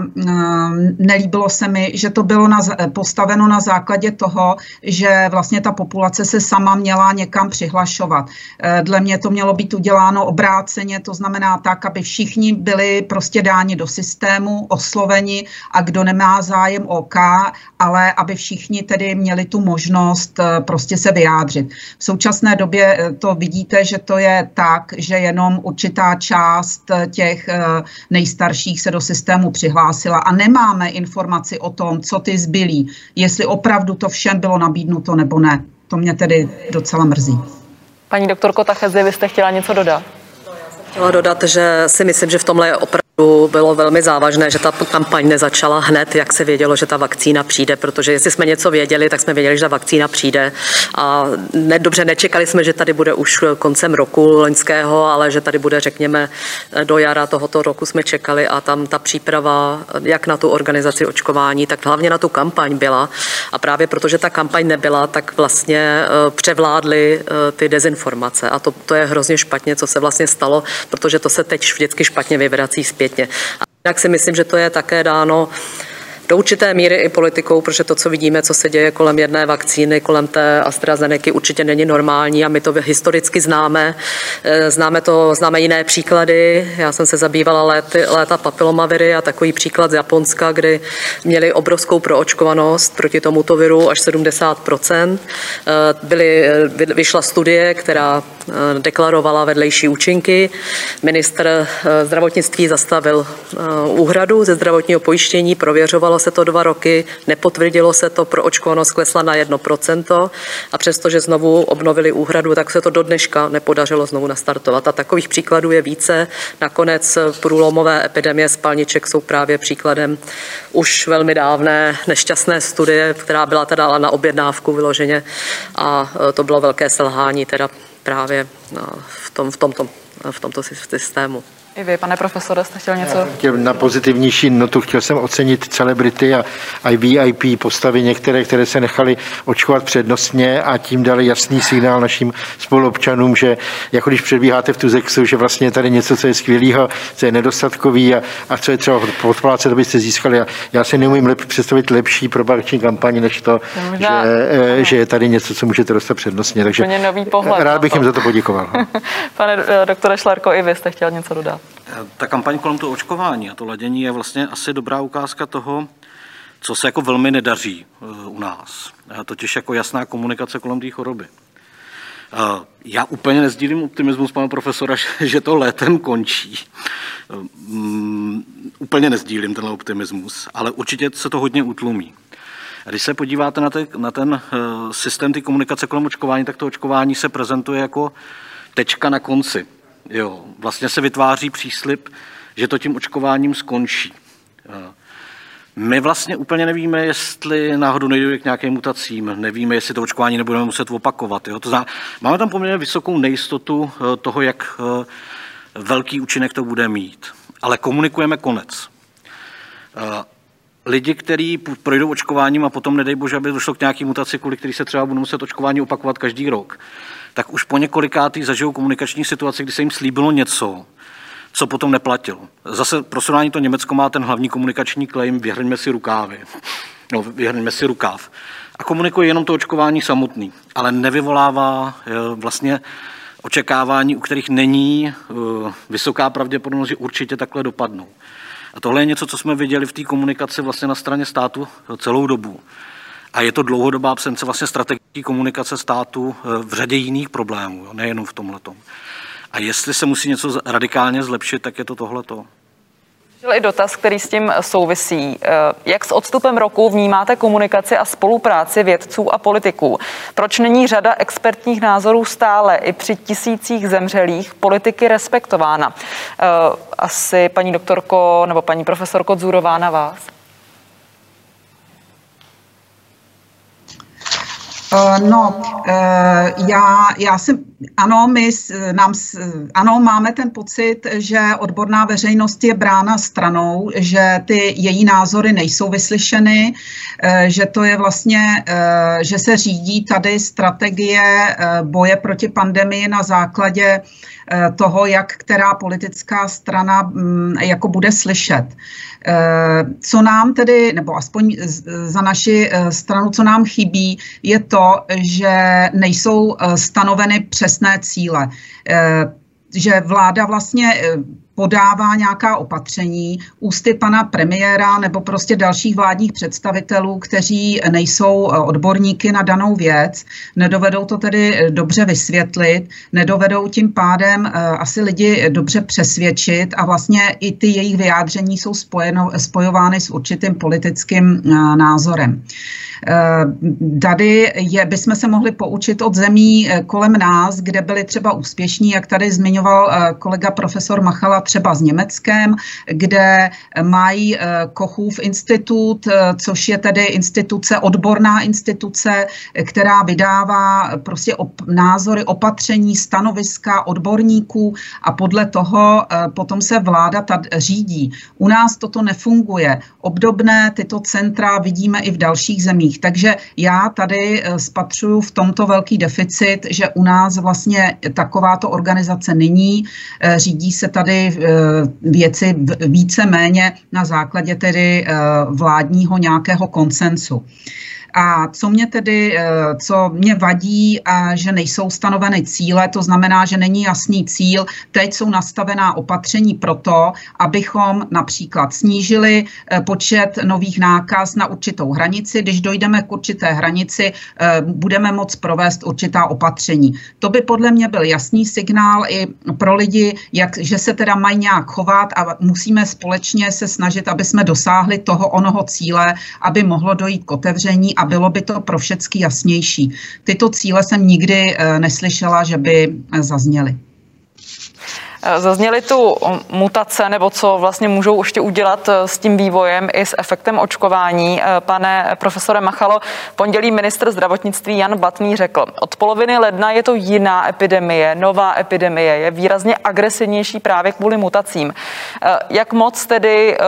nelíbilo se mi, že to bylo na, postaveno na základě toho, že vlastně ta populace se sama měla někam přihlašovat. Dle mě to mělo být uděláno obráceně, to znamená tak, aby všichni byli prostě dáni do systému, osloveni a kdo nemá zájem OK, ale aby všichni tedy měli tu možnost prostě se vyjádřit. V současné době to vidíte, že to je tak, že jenom určitá část těch nejstarších se do systému přihlásila a nemáme informaci o tom, co ty zbylí, jestli opravdu to všem bylo nabídnuto nebo ne. To mě tedy docela mrzí. Paní doktorko Tachezi, vy jste chtěla něco dodat? Chtěla dodat, že si myslím, že v tomhle je opravdu bylo velmi závažné, že ta kampaň nezačala hned, jak se vědělo, že ta vakcína přijde, protože jestli jsme něco věděli, tak jsme věděli, že ta vakcína přijde a ne, dobře nečekali jsme, že tady bude už koncem roku loňského, ale že tady bude, řekněme, do jara tohoto roku jsme čekali a tam ta příprava, jak na tu organizaci očkování, tak hlavně na tu kampaň byla a právě protože ta kampaň nebyla, tak vlastně převládly ty dezinformace a to, to je hrozně špatně, co se vlastně stalo, protože to se teď vždycky špatně vyvrací zpětně. A tak si myslím, že to je také dáno do určité míry i politikou, protože to, co vidíme, co se děje kolem jedné vakcíny, kolem té AstraZenecy, určitě není normální a my to historicky známe. Známe to, známe jiné příklady. Já jsem se zabývala léty, léta papilomaviry a takový příklad z Japonska, kdy měli obrovskou proočkovanost proti tomuto viru až sedmdesát procent. Byly, vyšla studie, která deklarovala vedlejší účinky. Ministr zdravotnictví zastavil úhradu ze zdravotního pojištění, prověřovalo se to dva roky, nepotvrdilo se to, proočkovanost klesla na jedno procento a přestože znovu obnovili úhradu, tak se to do dneška nepodařilo znovu nastartovat. A takových příkladů je více. Nakonec průlomové epidemie spalniček jsou právě příkladem už velmi dávné nešťastné studie, která byla teda na objednávku vyloženě a to bylo velké selhání teda právě v, tom, v, tomto, v tomto systému. I vy, pane profesore, jste chtěl něco? Chtěl na pozitivnější notu, chtěl jsem ocenit celebrity a i V I P postavy některé, které se nechaly očkovat přednostně a tím dali jasný signál našim spoluobčanům, že jako když předbíháte v Tuzexu, že vlastně je tady něco, co je skvělého, co je nedostatkový a, a co je třeba podplácet, abyste získali. A já si neumím lep, představit lepší propagační kampaň, než to, možná, že, že je tady něco, co můžete dostat přednostně. Takže nový pohled, rád bych jim za to poděkoval. Pane doktore Šlerko, i vy jste chtěl něco dodat. Ta kampaň kolem toho očkování a to ladění je vlastně asi dobrá ukázka toho, co se jako velmi nedaří u nás. Totiž jako jasná komunikace kolem té choroby. Já úplně nezdílím optimismus pana profesora, že to létem končí. Úplně nezdílím tenhle optimismus, ale určitě se to hodně utlumí. Když se podíváte na, te, na ten systém té komunikace kolem očkování, tak to očkování se prezentuje jako tečka na konci. Jo, vlastně se vytváří příslib, že to tím očkováním skončí. My vlastně úplně nevíme, jestli náhodou nejde k nějakým mutacím, nevíme, jestli to očkování nebudeme muset opakovat. Jo. To znamená, máme tam poměrně vysokou nejistotu toho, jak velký účinek to bude mít. Ale komunikujeme konec. Lidi, kteří projdou očkováním a potom, nedej bože, aby došlo k nějaký mutaci, kvůli který se třeba budou muset očkování opakovat každý rok, tak už po několikátý zažijou komunikační situaci, kdy se jim slíbilo něco, co potom neplatilo. Zase pro srovnání to Německo má ten hlavní komunikační claim vyhrňme si rukávy. No, vyhrňme si rukáv. A komunikuje jenom to očkování samotný, ale nevyvolává vlastně očekávání, u kterých není vysoká pravděpodobnost, že určitě takhle dopadnou. A tohle je něco, co jsme viděli v té komunikaci vlastně na straně státu celou dobu. A je to dlouhodobá absence vlastně strategické komunikace státu v řadě jiných problémů, jo, nejenom v tomhletom. A jestli se musí něco radikálně zlepšit, tak je to tohleto. Byl i dotaz, který s tím souvisí. Jak s odstupem roku vnímáte komunikaci a spolupráci vědců a politiků? Proč není řada expertních názorů stále i při tisících zemřelých politiky respektována? Asi paní doktorko nebo paní profesorko Dzurová na vás. No, já, já si, ano, my nám, ano, máme ten pocit, že odborná veřejnost je brána stranou, že ty její názory nejsou vyslyšeny, že to je vlastně, že se řídí tady strategie boje proti pandemii na základě toho, jak která politická strana jako bude slyšet. Co nám tedy, nebo aspoň za naši stranu, co nám chybí, je to, že nejsou stanoveny přesné cíle. Že vláda vlastně podává nějaká opatření ústy pana premiéra nebo prostě dalších vládních představitelů, kteří nejsou odborníky na danou věc, nedovedou to tedy dobře vysvětlit, nedovedou tím pádem asi lidi dobře přesvědčit a vlastně i ty jejich vyjádření jsou spojeno, spojovány s určitým politickým názorem. Tady je, bychom se mohli poučit od zemí kolem nás, kde byli třeba úspěšní, jak tady zmiňoval kolega profesor Machala, třeba s Německem, kde mají Kochův institut, což je tedy instituce, odborná instituce, která vydává prostě op- názory, opatření, stanoviska odborníků a podle toho potom se vláda tady řídí. U nás toto nefunguje. Obdobné tyto centra vidíme i v dalších zemích. Takže já tady spatřuju v tomto velký deficit, že u nás vlastně takováto organizace není. Řídí se tady věci více méně na základě tedy vládního nějakého konsensu. A co mě tedy, co mě vadí, a že nejsou stanoveny cíle, to znamená, že není jasný cíl. Teď jsou nastavená opatření pro to, abychom například snížili počet nových nákaz na určitou hranici. Když dojdeme k určité hranici, budeme moct provést určitá opatření. To by podle mě byl jasný signál i pro lidi, jak, že se teda mají nějak chovat a musíme společně se snažit, aby jsme dosáhli toho onoho cíle, aby mohlo dojít k otevření a bylo by to pro všechny jasnější. Tyto cíle jsem nikdy neslyšela, že by zazněly. Zazněly tu mutace, nebo co vlastně můžou ještě udělat s tím vývojem i s efektem očkování. Pane profesore Machalo, v pondělí ministr zdravotnictví Jan Blatný řekl, od poloviny ledna je to jiná epidemie, nová epidemie, je výrazně agresivnější právě kvůli mutacím. Jak moc tedy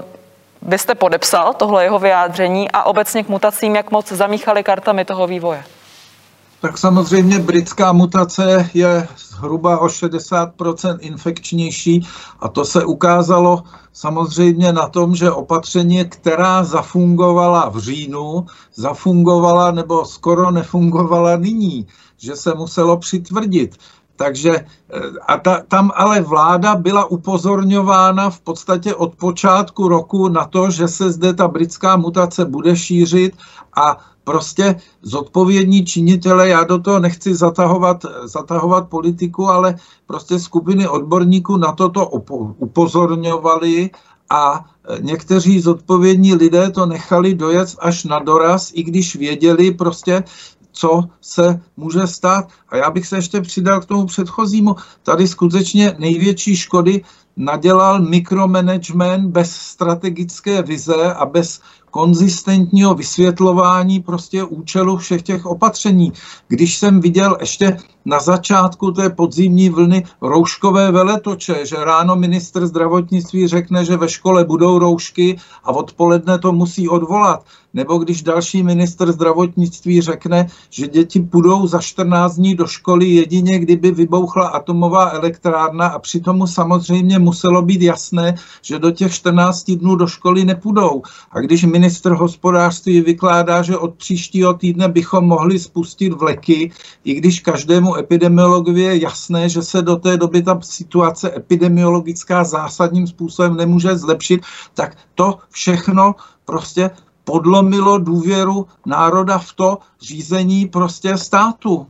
byste podepsal tohle jeho vyjádření a obecně k mutacím, jak moc zamíchali kartami toho vývoje? Tak samozřejmě britská mutace je zhruba o šedesát procent infekčnější a to se ukázalo samozřejmě na tom, že opatření, která zafungovala v říjnu, zafungovala nebo skoro nefungovala nyní, že se muselo přitvrdit. Takže a ta, tam ale vláda byla upozorňována v podstatě od počátku roku na to, že se zde ta britská mutace bude šířit a prostě zodpovědní činitele, já do toho nechci zatahovat, zatahovat politiku, ale prostě skupiny odborníků na toto upozorňovali a někteří zodpovědní lidé to nechali dojet až na doraz, i když věděli prostě, co se může stát. A já bych se ještě přidal k tomu předchozímu. Tady skutečně největší škody nadělal mikromanagement bez strategické vize a bez konzistentního vysvětlování prostě účelu všech těch opatření. Když jsem viděl ještě na začátku té podzimní vlny rouškové veletoče, že ráno ministr zdravotnictví řekne, že ve škole budou roušky a odpoledne to musí odvolat. Nebo když další ministr zdravotnictví řekne, že děti půjdou za čtrnáct dní do školy jedině, kdyby vybouchla atomová elektrárna a přitom samozřejmě muselo být jasné, že do těch čtrnácti dnů do školy nepůjdou. A když ministr hospodářství vykládá, že od příštího týdne bychom mohli spustit vleky, i když každému epidemiologovi je jasné, že se do té doby ta situace epidemiologická zásadním způsobem nemůže zlepšit, tak to všechno prostě podlomilo důvěru národa v to řízení prostě státu.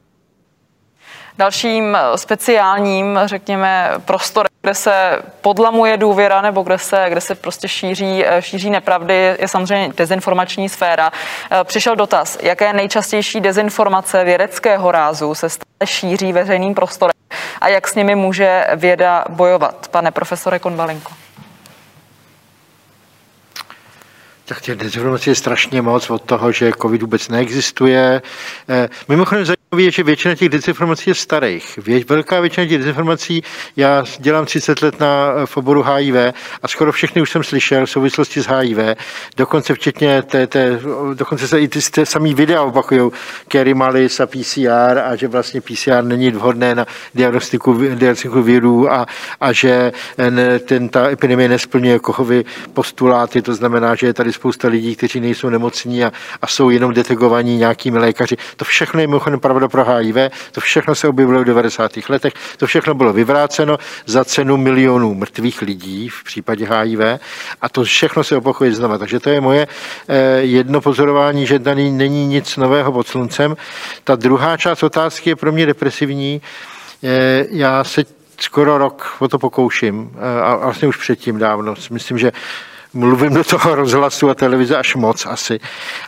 Dalším speciálním, řekněme, prostorem, kde se podlamuje důvěra nebo kde se, kde se prostě šíří, šíří nepravdy, je samozřejmě dezinformační sféra. Přišel dotaz, jaké nejčastější dezinformace vědeckého rázu se stále šíří veřejným prostorem a jak s nimi může věda bojovat? Pane profesore Konvalinko. Tak těch dezinformací je strašně moc, od toho, že covid vůbec neexistuje. Mimochodem zajímavé je, že většina těch dezinformací je starých. Velká většina těch dezinformací, já dělám třicet let na, v oboru H I V a skoro všechny už jsem slyšel v souvislosti s H I V, dokonce včetně té, té dokonce se i ty, ty samý videa opakují, Kerry Mullis a P C R a že vlastně P C R není vhodné na diagnostiku, diagnostiku virů a, a že ten, ta epidemie nesplňuje Kochovy postuláty, to znamená, že je tady spousta lidí, kteří nejsou nemocní a, a jsou jenom detekovaní nějakými lékaři. To všechno je mimochodem pravda pro H I V, to všechno se objevilo v devadesátých letech, to všechno bylo vyvráceno za cenu milionů mrtvých lidí v případě H I V a to všechno se opakuje znova. Takže to je moje eh, jedno pozorování, že tady není nic nového pod sluncem. Ta druhá část otázky je pro mě depresivní. Eh, já se skoro rok o to pokouším eh, a vlastně už předtím dávno. Myslím, že mluvím do toho rozhlasu a televize až moc asi.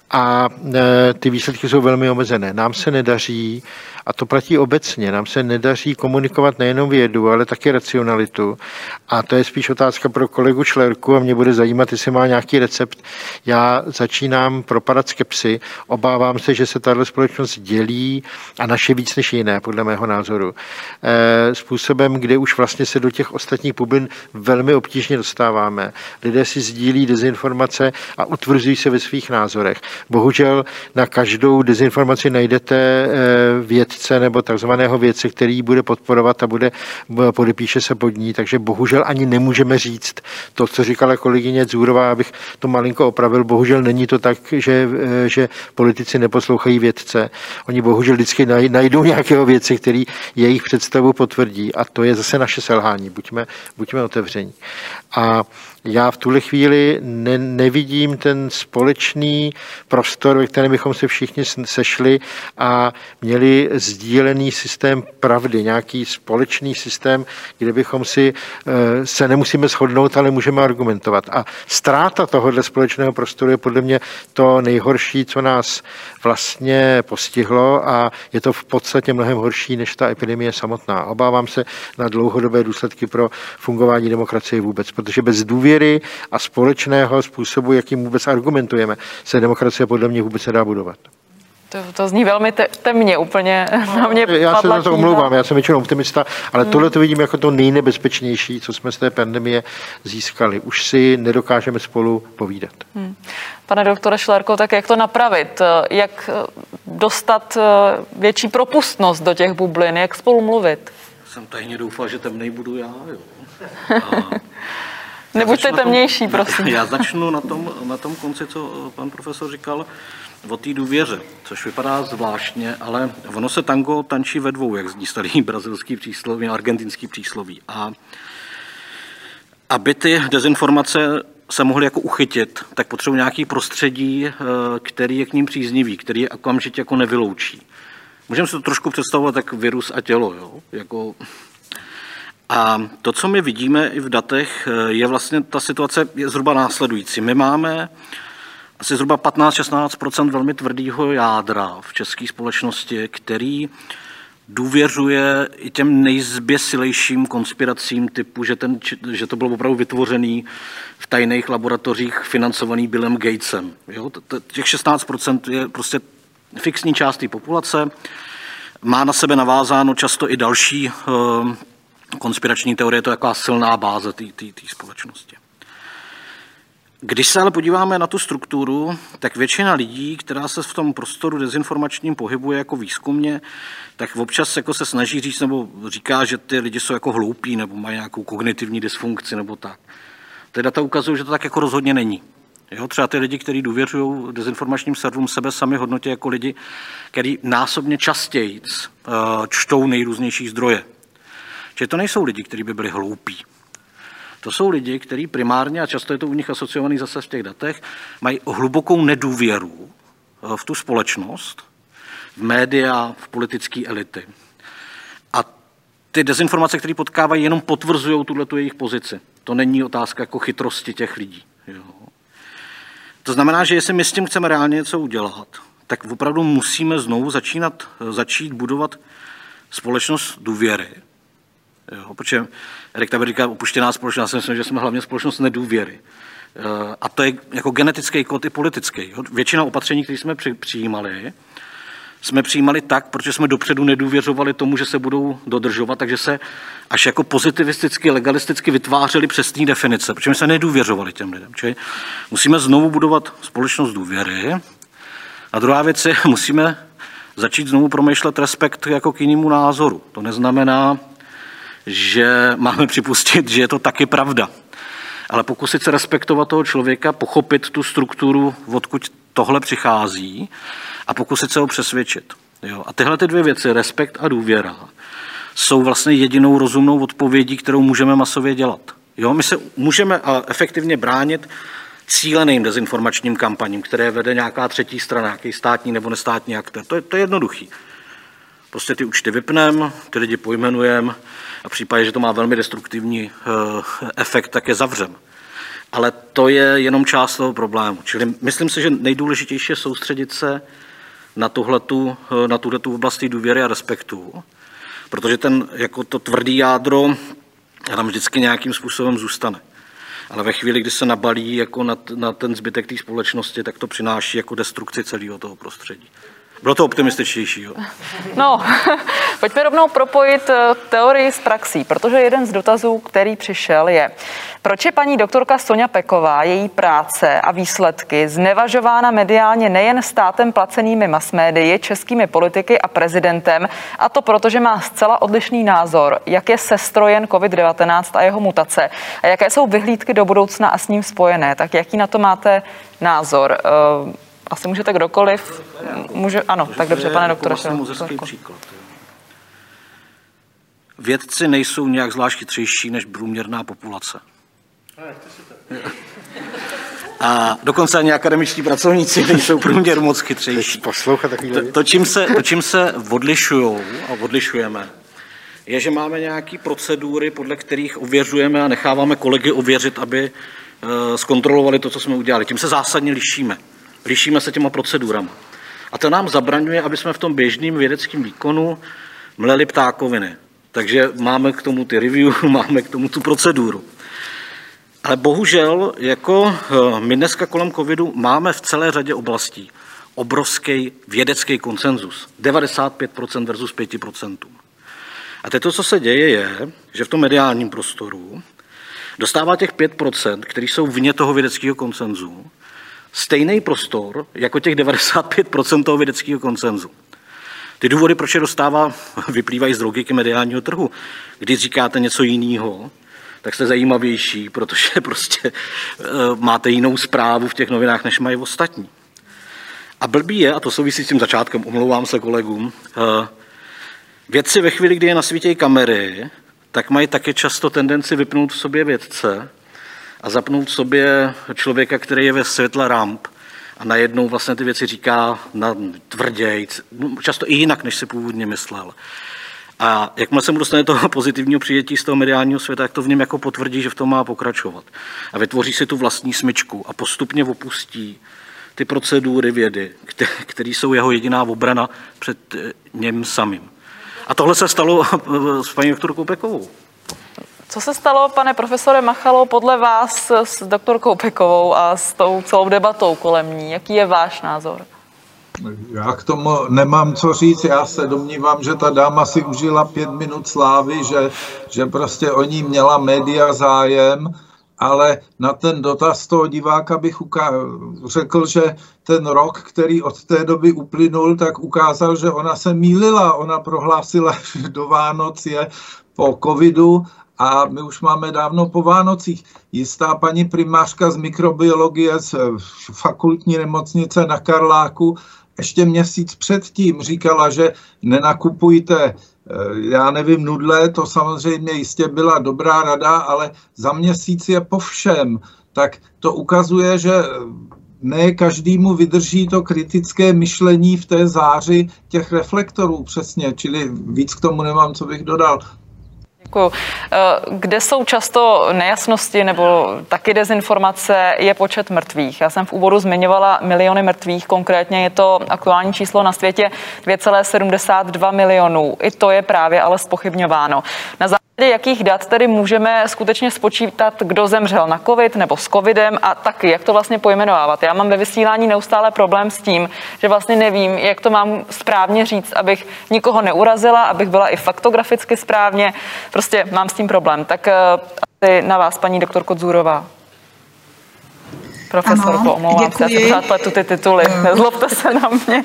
A e, ty výsledky jsou velmi omezené. Nám se nedaří, a to platí obecně, nám se nedaří komunikovat nejenom vědu, ale taky racionalitu. A to je spíš otázka pro kolegu Šlerku a mě bude zajímat, jestli má nějaký recept. Já začínám propadat skepsi, obávám se, že se tato společnost dělí a naše víc než jiné, podle mého názoru. E, způsobem, kde už vlastně se do těch ostatních bublin velmi obtížně dostáváme. Lidé si sdílí dezinformace a utvrzují se ve svých názorech. Bohužel na každou dezinformaci najdete vědce nebo takzvaného vědce, který bude podporovat a bude, podepíše se pod ní, takže bohužel ani nemůžeme říct to, co říkala kolegyně Dzůrová, abych to malinko opravil. Bohužel není to tak, že, že politici neposlouchají vědce. Oni bohužel vždycky najdou nějakého vědce, který jejich představu potvrdí a to je zase naše selhání. Buďme, buďme otevření. A já v tuhle chvíli chvíli ne, nevidím ten společný prostor, ve kterém bychom se všichni sešli a měli sdílený systém pravdy, nějaký společný systém, kde bychom si se nemusíme shodnout, ale můžeme argumentovat. A ztráta tohohle společného prostoru je podle mě to nejhorší, co nás vlastně postihlo a je to v podstatě mnohem horší než ta epidemie samotná. Obávám se na dlouhodobé důsledky pro fungování demokracie vůbec, protože bez důvěry a společného způsobu, jakým vůbec argumentujeme, se demokracie podle mě vůbec nedá budovat. To, to zní velmi te, temně, úplně na mě Já se na to kniha. omlouvám, já jsem většinou optimista, ale hmm. tohle to vidím jako to nejnebezpečnější, co jsme z té pandemie získali. Už si nedokážeme spolu povídat. Hmm. Pane doktore Šlerko, tak jak to napravit? Jak dostat větší propustnost do těch bublin? Jak spolu mluvit? Jsem tajně doufal, že temnej budu já, jo. A nebuďte temnější, tom, prosím. Já začnu na tom, na tom konci, co pan profesor říkal, o té důvěře, což vypadá zvláštně, ale ono se tango tančí ve dvou, jak zní starý brazilský přísloví, argentinský přísloví. A aby ty dezinformace se mohly jako uchytit, tak potřebují nějaký prostředí, který je k ním příznivý, který je okamžitě jako nevyloučí. Můžeme si to trošku představovat jak virus a tělo. Jo? Jako... A to, co my vidíme i v datech, je vlastně ta situace je zhruba následující. My máme asi zhruba patnáct až šestnáct procent velmi tvrdého jádra v české společnosti, který důvěřuje i těm nejzběsilejším konspiracím typu, že, ten, že to bylo opravdu vytvořený v tajných laboratořích financovaný Billem Gatesem. Jo? Těch šestnáct procent je prostě fixní část té populace, má na sebe navázáno často i další uh, konspirační teorie, to je taková silná báze té společnosti. Když se ale podíváme na tu strukturu, tak většina lidí, která se v tom prostoru dezinformačním pohybuje jako výzkumně, tak občas jako se snaží říct nebo říká, že ty lidi jsou jako hloupí nebo mají nějakou kognitivní dysfunkci nebo tak. Ty data ukazují, že to tak jako rozhodně není. Jo, třeba ty lidi, kteří důvěřují dezinformačním serverům, sebe sami hodnotí jako lidi, kteří násobně častěji čtou nejrůznější zdroje. Čili to nejsou lidi, kteří by byli hloupí. To jsou lidi, kteří primárně, a často je to u nich asociovaný zase v těch datech, mají hlubokou nedůvěru v tu společnost, v média, v politické elity. A ty dezinformace, které potkávají, jenom potvrzují tuhletu jejich pozici. To není otázka jako chytrosti těch lidí. Jo. To znamená, že jestli my s tím chceme reálně něco udělat, tak opravdu musíme znovu začínat, začít budovat společnost důvěry. Jo, protože Erik Taber říká opuštěná společnost, já si myslím, že jsme hlavně společnost nedůvěry. A to je jako genetický kód i politický. Jo. Většina opatření, které jsme při, přijímali, jsme přijímali tak, protože jsme dopředu nedůvěřovali tomu, že se budou dodržovat, takže se až jako pozitivisticky, legalisticky vytvářely přesné definice, protože my se nedůvěřovali těm lidem. Čili musíme znovu budovat společnost důvěry. A druhá věc je, musíme začít znovu promýšlet respekt jako k jinému názoru. To neznamená, že máme připustit, že je to taky pravda. Ale pokusit se respektovat toho člověka, pochopit tu strukturu, odkud tohle přichází a pokusit se ho přesvědčit. Jo? A tyhle ty dvě věci, respekt a důvěra, jsou vlastně jedinou rozumnou odpovědí, kterou můžeme masově dělat. Jo? My se můžeme efektivně bránit cíleným dezinformačním kampaním, které vede nějaká třetí strana, nějaký státní nebo nestátní aktér. To je, to je jednoduchý. Prostě ty účty vypneme, ty lidi pojmenujeme a v případě, že to má velmi destruktivní efekt, tak je zavřem. Ale to je jenom část toho problému. Čili myslím si, že nejdůležitější je soustředit se na tuhletu, na tuhletu oblast důvěry a respektu, protože ten, jako to tvrdý jádro tam vždycky nějakým způsobem zůstane. Ale ve chvíli, kdy se nabalí jako na, na ten zbytek té společnosti, tak to přináší jako destrukci celého toho prostředí. Bylo to optimističtější, jo? No, pojďme rovnou propojit teorii s praxí, protože jeden z dotazů, který přišel, je, proč je paní doktorka Soňa Peková, její práce a výsledky znevažována mediálně nejen státem placenými masmédii, českými politiky a prezidentem, a to proto, že má zcela odlišný názor, jak je sestrojen covid devatenáct a jeho mutace a jaké jsou vyhlídky do budoucna a s ním spojené. Tak jaký na to máte názor? Asi můžete kdokoliv. Může, ano, tak dobře, pane doktore. Jako příklad. Vědci nejsou nějak zvlášť chytřejší než průměrná populace. A dokonce ani akademičtí pracovníci nejsou průměru moc chytřejší. To, to, čím se, to, čím se odlišujou a odlišujeme, je, že máme nějaké procedury, podle kterých ověřujeme a necháváme kolegy ověřit, aby uh, zkontrolovali to, co jsme udělali. Tím se zásadně lišíme. Lišíme se těma procedurama. A to nám zabraňuje, aby jsme v tom běžném vědeckém výkonu mleli ptákoviny. Takže máme k tomu ty review, máme k tomu tu proceduru. Ale bohužel, jako my dneska kolem covidu máme v celé řadě oblastí obrovský vědecký konsenzus. devadesát pět procent versus pět procent. A teď to, co se děje, je, že v tom mediálním prostoru dostává těch pět procent, kteří jsou vně toho vědeckého konsenzu, stejný prostor jako těch devadesát pět procent toho vědeckého konsenzu. Ty důvody, proč je dostává, vyplývají z logiky mediálního trhu. Když říkáte něco jiného, tak jste zajímavější, protože prostě uh, máte jinou zprávu v těch novinách, než mají ostatní. A blbý je, a to souvisí s tím začátkem, omlouvám se kolegům, uh, vědci ve chvíli, kdy je nasvítějí kamery, tak mají také často tendenci vypnout v sobě vědce a zapnout v sobě člověka, který je ve světle ramp a najednou vlastně ty věci říká na tvrději, často i jinak, než si původně myslel. A jakmile se mu dostane toho pozitivního přijetí z toho mediálního světa, tak to v něm jako potvrdí, že v tom má pokračovat. A vytvoří si tu vlastní smyčku a postupně opustí ty procedury vědy, které jsou jeho jediná obrana před něm samým. A tohle se stalo s paní doktorkou Pekovou. Co se stalo, pane profesore Machalo, podle vás s doktorkou Pekovou a s tou celou debatou kolem ní? Jaký je váš názor? Já k tomu nemám co říct, já se domnívám, že ta dáma si užila pět minut slávy, že, že prostě o ní měla média zájem, ale na ten dotaz toho diváka bych řekl, že ten rok, který od té doby uplynul, tak ukázal, že ona se mýlila, ona prohlásila, že do Vánoc je po covidu a my už máme dávno po Vánocích. Jistá paní primářka z mikrobiologie z fakultní nemocnice na Karláku ještě měsíc předtím říkala, že nenakupujte, já nevím, nudle, to samozřejmě jistě byla dobrá rada, ale za měsíc je po všem. Tak to ukazuje, že ne každému vydrží to kritické myšlení v té záři těch reflektorů přesně, čili víc k tomu nemám, co bych dodal. Děkuju. Kde jsou často nejasnosti nebo taky dezinformace, je počet mrtvých. Já jsem v úvodu zmiňovala miliony mrtvých, konkrétně je to aktuální číslo na světě dvě celé sedmdesát dva milionů. I to je právě ale zpochybňováno. Na základě jakých dat tedy můžeme skutečně spočítat, kdo zemřel na covid nebo s covidem a taky, jak to vlastně pojmenovávat. Já mám ve vysílání neustále problém s tím, že vlastně nevím, jak to mám správně říct, abych nikoho neurazila, abych byla i faktograficky správně. Prostě mám s tím problém. Tak asi na vás, paní doktorko Dzůrová. Profesorko, omlouvám se, já se pořád pletu ty tituly. Nezlobte se na mě.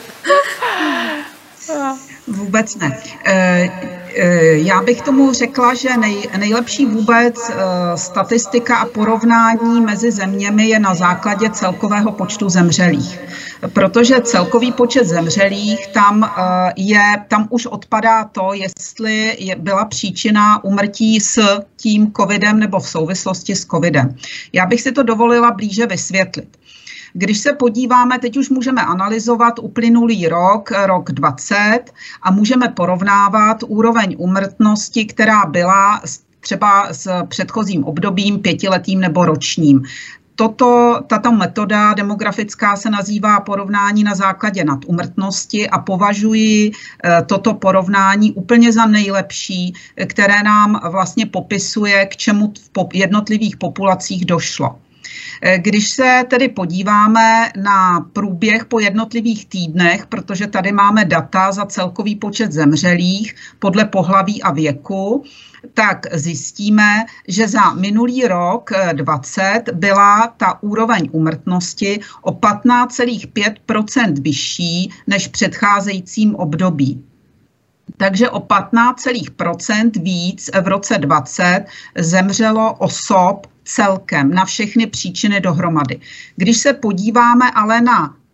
Vůbec ne. Já bych tomu řekla, že nej, nejlepší vůbec statistika a porovnání mezi zeměmi je na základě celkového počtu zemřelých. Protože celkový počet zemřelých, tam, je, tam už odpadá to, jestli je, byla příčina úmrtí s tím covidem nebo v souvislosti s covidem. Já bych si to dovolila blíže vysvětlit. Když se podíváme, teď už můžeme analyzovat uplynulý rok, rok dvacet a můžeme porovnávat úroveň úmrtnosti, která byla třeba s předchozím obdobím pětiletým nebo ročním. Toto, tato metoda demografická se nazývá porovnání na základě nadúmrtnosti a považuji toto porovnání úplně za nejlepší, které nám vlastně popisuje, k čemu v jednotlivých populacích došlo. Když se tedy podíváme na průběh po jednotlivých týdnech, protože tady máme data za celkový počet zemřelých podle pohlaví a věku, tak zjistíme, že za minulý rok dvacet byla ta úroveň úmrtnosti o patnáct celá pět procenta vyšší než v předcházejícím období. Takže o patnáct celá pět procenta víc v roce dvacet zemřelo osob celkem na všechny příčiny dohromady. Když se podíváme ale na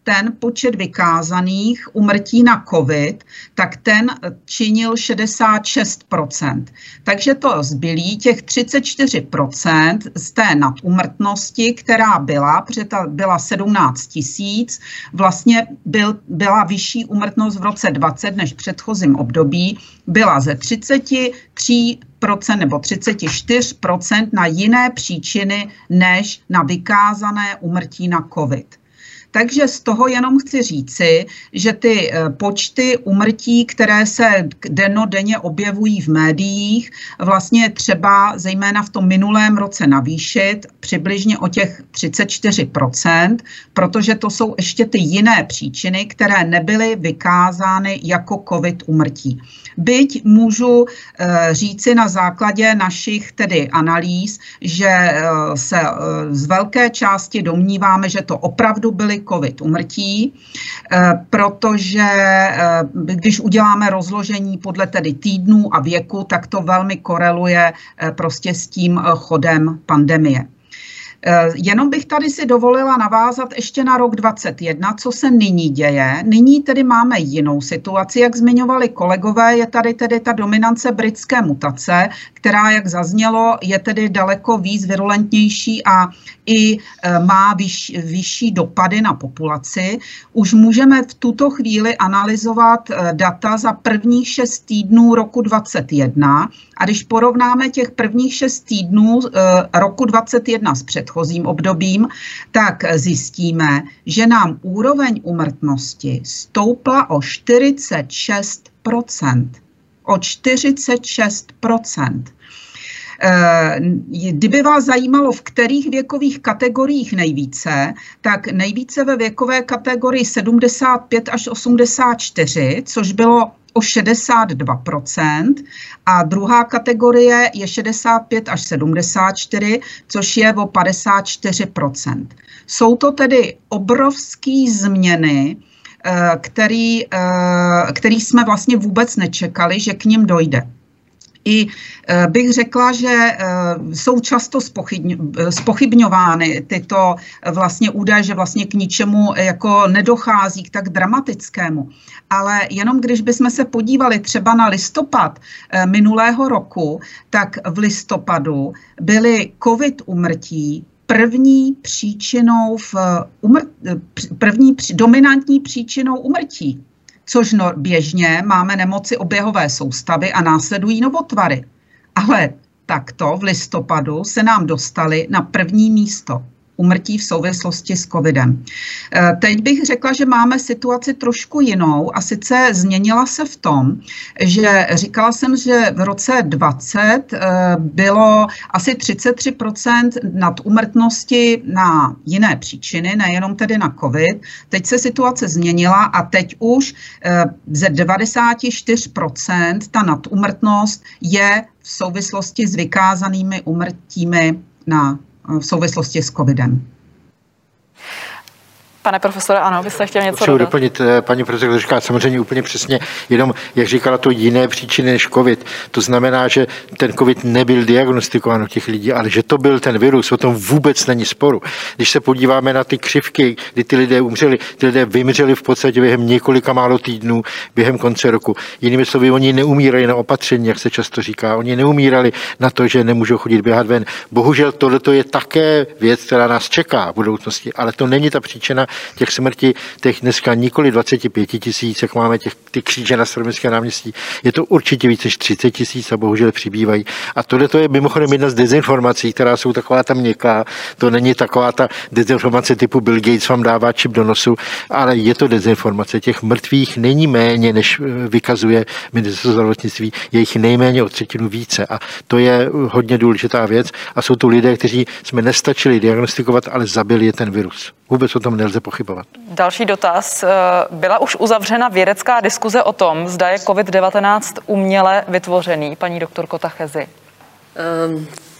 ten počet vykázaných úmrtí na COVID, tak ten činil šedesát šest procent. Takže to zbylí těch třicet čtyři procent z té nadúmrtnosti, která byla, protože ta byla sedmnáct tisíc, vlastně byl, byla vyšší úmrtnost v roce dvacet než v předchozím období, byla ze třicet tři procent nebo třicet čtyři procent na jiné příčiny než na vykázané úmrtí na COVID. Takže z toho jenom chci říci, že ty počty úmrtí, které se dennodenně objevují v médiích, vlastně třeba zejména v tom minulém roce navýšit přibližně o těch třicet čtyři procent, protože to jsou ještě ty jiné příčiny, které nebyly vykázány jako COVID úmrtí. Byť můžu říci na základě našich tedy analýz, že se z velké části domníváme, že to opravdu byly COVID úmrtí, protože když uděláme rozložení podle tedy týdnů a věku, tak to velmi koreluje prostě s tím chodem pandemie. Jenom bych tady si dovolila navázat ještě na rok dvacet jedna, co se nyní děje. Nyní tedy máme jinou situaci, jak zmiňovali kolegové, je tady tedy ta dominance britské mutace, která, jak zaznělo, je tedy daleko víc virulentnější a i má vyš, vyšší dopady na populaci. Už můžeme v tuto chvíli analyzovat data za prvních šest týdnů roku dvacet jedna a když porovnáme těch prvních šest týdnů roku dvacet jedna s předchozím obdobím, tak zjistíme, že nám úroveň úmrtnosti stoupla o čtyřicet šest procent. O čtyřicet šest procent. Kdyby vás zajímalo, v kterých věkových kategoriích nejvíce, tak nejvíce ve věkové kategorii sedmdesát pět až osmdesát čtyři, což bylo o šedesát dva procent, a druhá kategorie je šedesát pět až sedmdesát čtyři, což je o padesát čtyři procent. Jsou to tedy obrovské změny, který, který jsme vlastně vůbec nečekali, že k nim dojde. I bych řekla, že jsou často zpochybňovány tyto vlastně údaje, že vlastně k ničemu jako nedochází k tak dramatickému. Ale jenom když bychom se podívali třeba na listopad minulého roku, tak v listopadu byly COVID úmrtí první příčinou, v umr, první dominantní příčinou úmrtí. Což no, běžně máme nemoci oběhové soustavy a následují novotvary. Ale takto v listopadu se nám dostali na první místo úmrtí v souvislosti s covidem. Teď bych řekla, že máme situaci trošku jinou a sice změnila se v tom, že říkala jsem, že v roce dvacet bylo asi třicet tři procent nadúmrtnosti na jiné příčiny, nejenom tedy na covid. Teď se situace změnila a teď už ze devadesát čtyři procent ta nadúmrtnost je v souvislosti s vykázanými úmrtími na v souvislosti s covidem. Pane profesore, ano, byste chtěl něco Potřebuji dodat? doplnit, paní profesorka říká samozřejmě úplně přesně, jenom, jak říkala, to jiné příčiny než covid. To znamená, že ten covid nebyl diagnostikován u těch lidí, ale že to byl ten virus, o tom vůbec není sporu. Když se podíváme na ty křivky, kdy ty lidé umřeli, ty lidé vymřeli v podstatě během několika málo týdnů, během konce roku. Jinými slovy, oni neumírají na opatření, jak se často říká. Oni neumírali na to, že nemůžou chodit běhat ven. Bohužel tohleto je také věc, která nás čeká v budoucnosti, ale to není ta příčina těch smrti, těch dneska nikoli dvacet pět tisíc, jak máme těch, ty kříže na Staroměstském náměstí. Je to určitě více než třicet tisíc a bohužel přibývají. A tohle je mimochodem jedna z dezinformací, která jsou taková ta měkká. To není taková ta dezinformace typu Bill Gates vám dává čip do nosu, ale je to dezinformace. Těch mrtvých není méně, než vykazuje ministerstvo zdravotnictví. Je jich nejméně o třetinu více. A to je hodně důležitá věc. A jsou to lidé, kteří jsme nestačili diagnostikovat, ale zabili je ten virus. Vůbec o tom nelze pochybovat. Další dotaz. Byla už uzavřena vědecká diskuze o tom, zda je covid devatenáct uměle vytvořený, paní doktorko Tachezi? Um,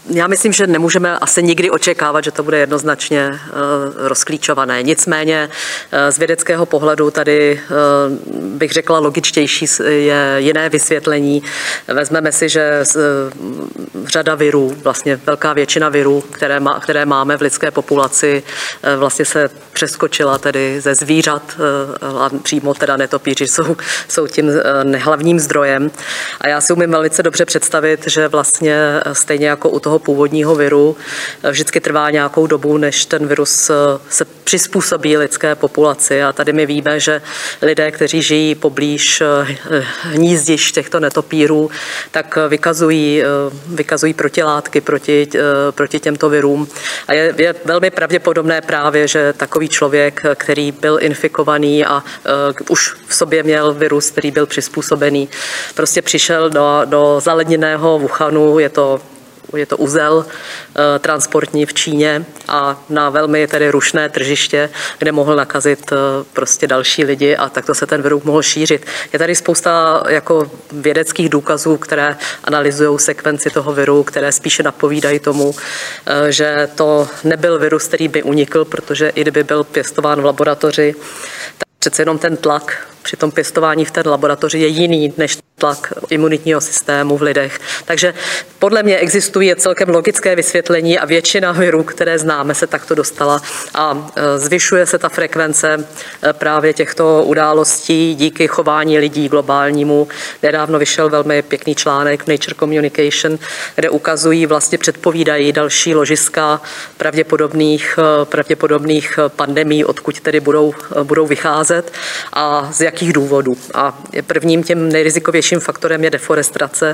Já myslím, že nemůžeme asi nikdy očekávat, že to bude jednoznačně uh, rozklíčované. Nicméně uh, z vědeckého pohledu tady uh, bych řekla logičtější je jiné vysvětlení. Vezmeme si, že uh, řada virů, vlastně velká většina virů, které, má, které máme v lidské populaci, uh, vlastně se přeskočila tedy ze zvířat, uh, a přímo teda netopíři jsou, jsou tím uh, nehlavním zdrojem. A já si umím velice dobře představit, že vlastně stejně jako u toho původního viru vždycky trvá nějakou dobu, než ten virus se přizpůsobí lidské populaci. A tady my víme, že lidé, kteří žijí poblíž hnízdišť těchto netopírů, tak vykazují, vykazují protilátky proti, proti těmto virům. A je, je velmi pravděpodobné právě, že takový člověk, který byl infikovaný a uh, už v sobě měl virus, který byl přizpůsobený, prostě přišel do, do zaledněného Wuhanu, je to Je to uzel e, transportní v Číně a na velmi tedy rušné tržiště, kde mohl nakazit e, prostě další lidi a takto se ten virus mohl šířit. Je tady spousta jako vědeckých důkazů, které analyzují sekvenci toho viru, které spíše napovídají tomu, e, že to nebyl virus, který by unikl, protože i kdyby byl pěstován v laboratoři, tak přece jenom ten tlak při tom pěstování v té laboratoři je jiný než tlak imunitního systému v lidech. Takže podle mě existuje celkem logické vysvětlení a většina virů, které známe, se takto dostala a zvyšuje se ta frekvence právě těchto událostí díky chování lidí globálnímu. Nedávno vyšel velmi pěkný článek v Nature Communication, kde ukazují, vlastně předpovídají další ložiska pravděpodobných, pravděpodobných pandemií, odkud tedy budou, budou vycházet a z jakých důvodů. A prvním tím nejrizikovějším faktorem je deforestace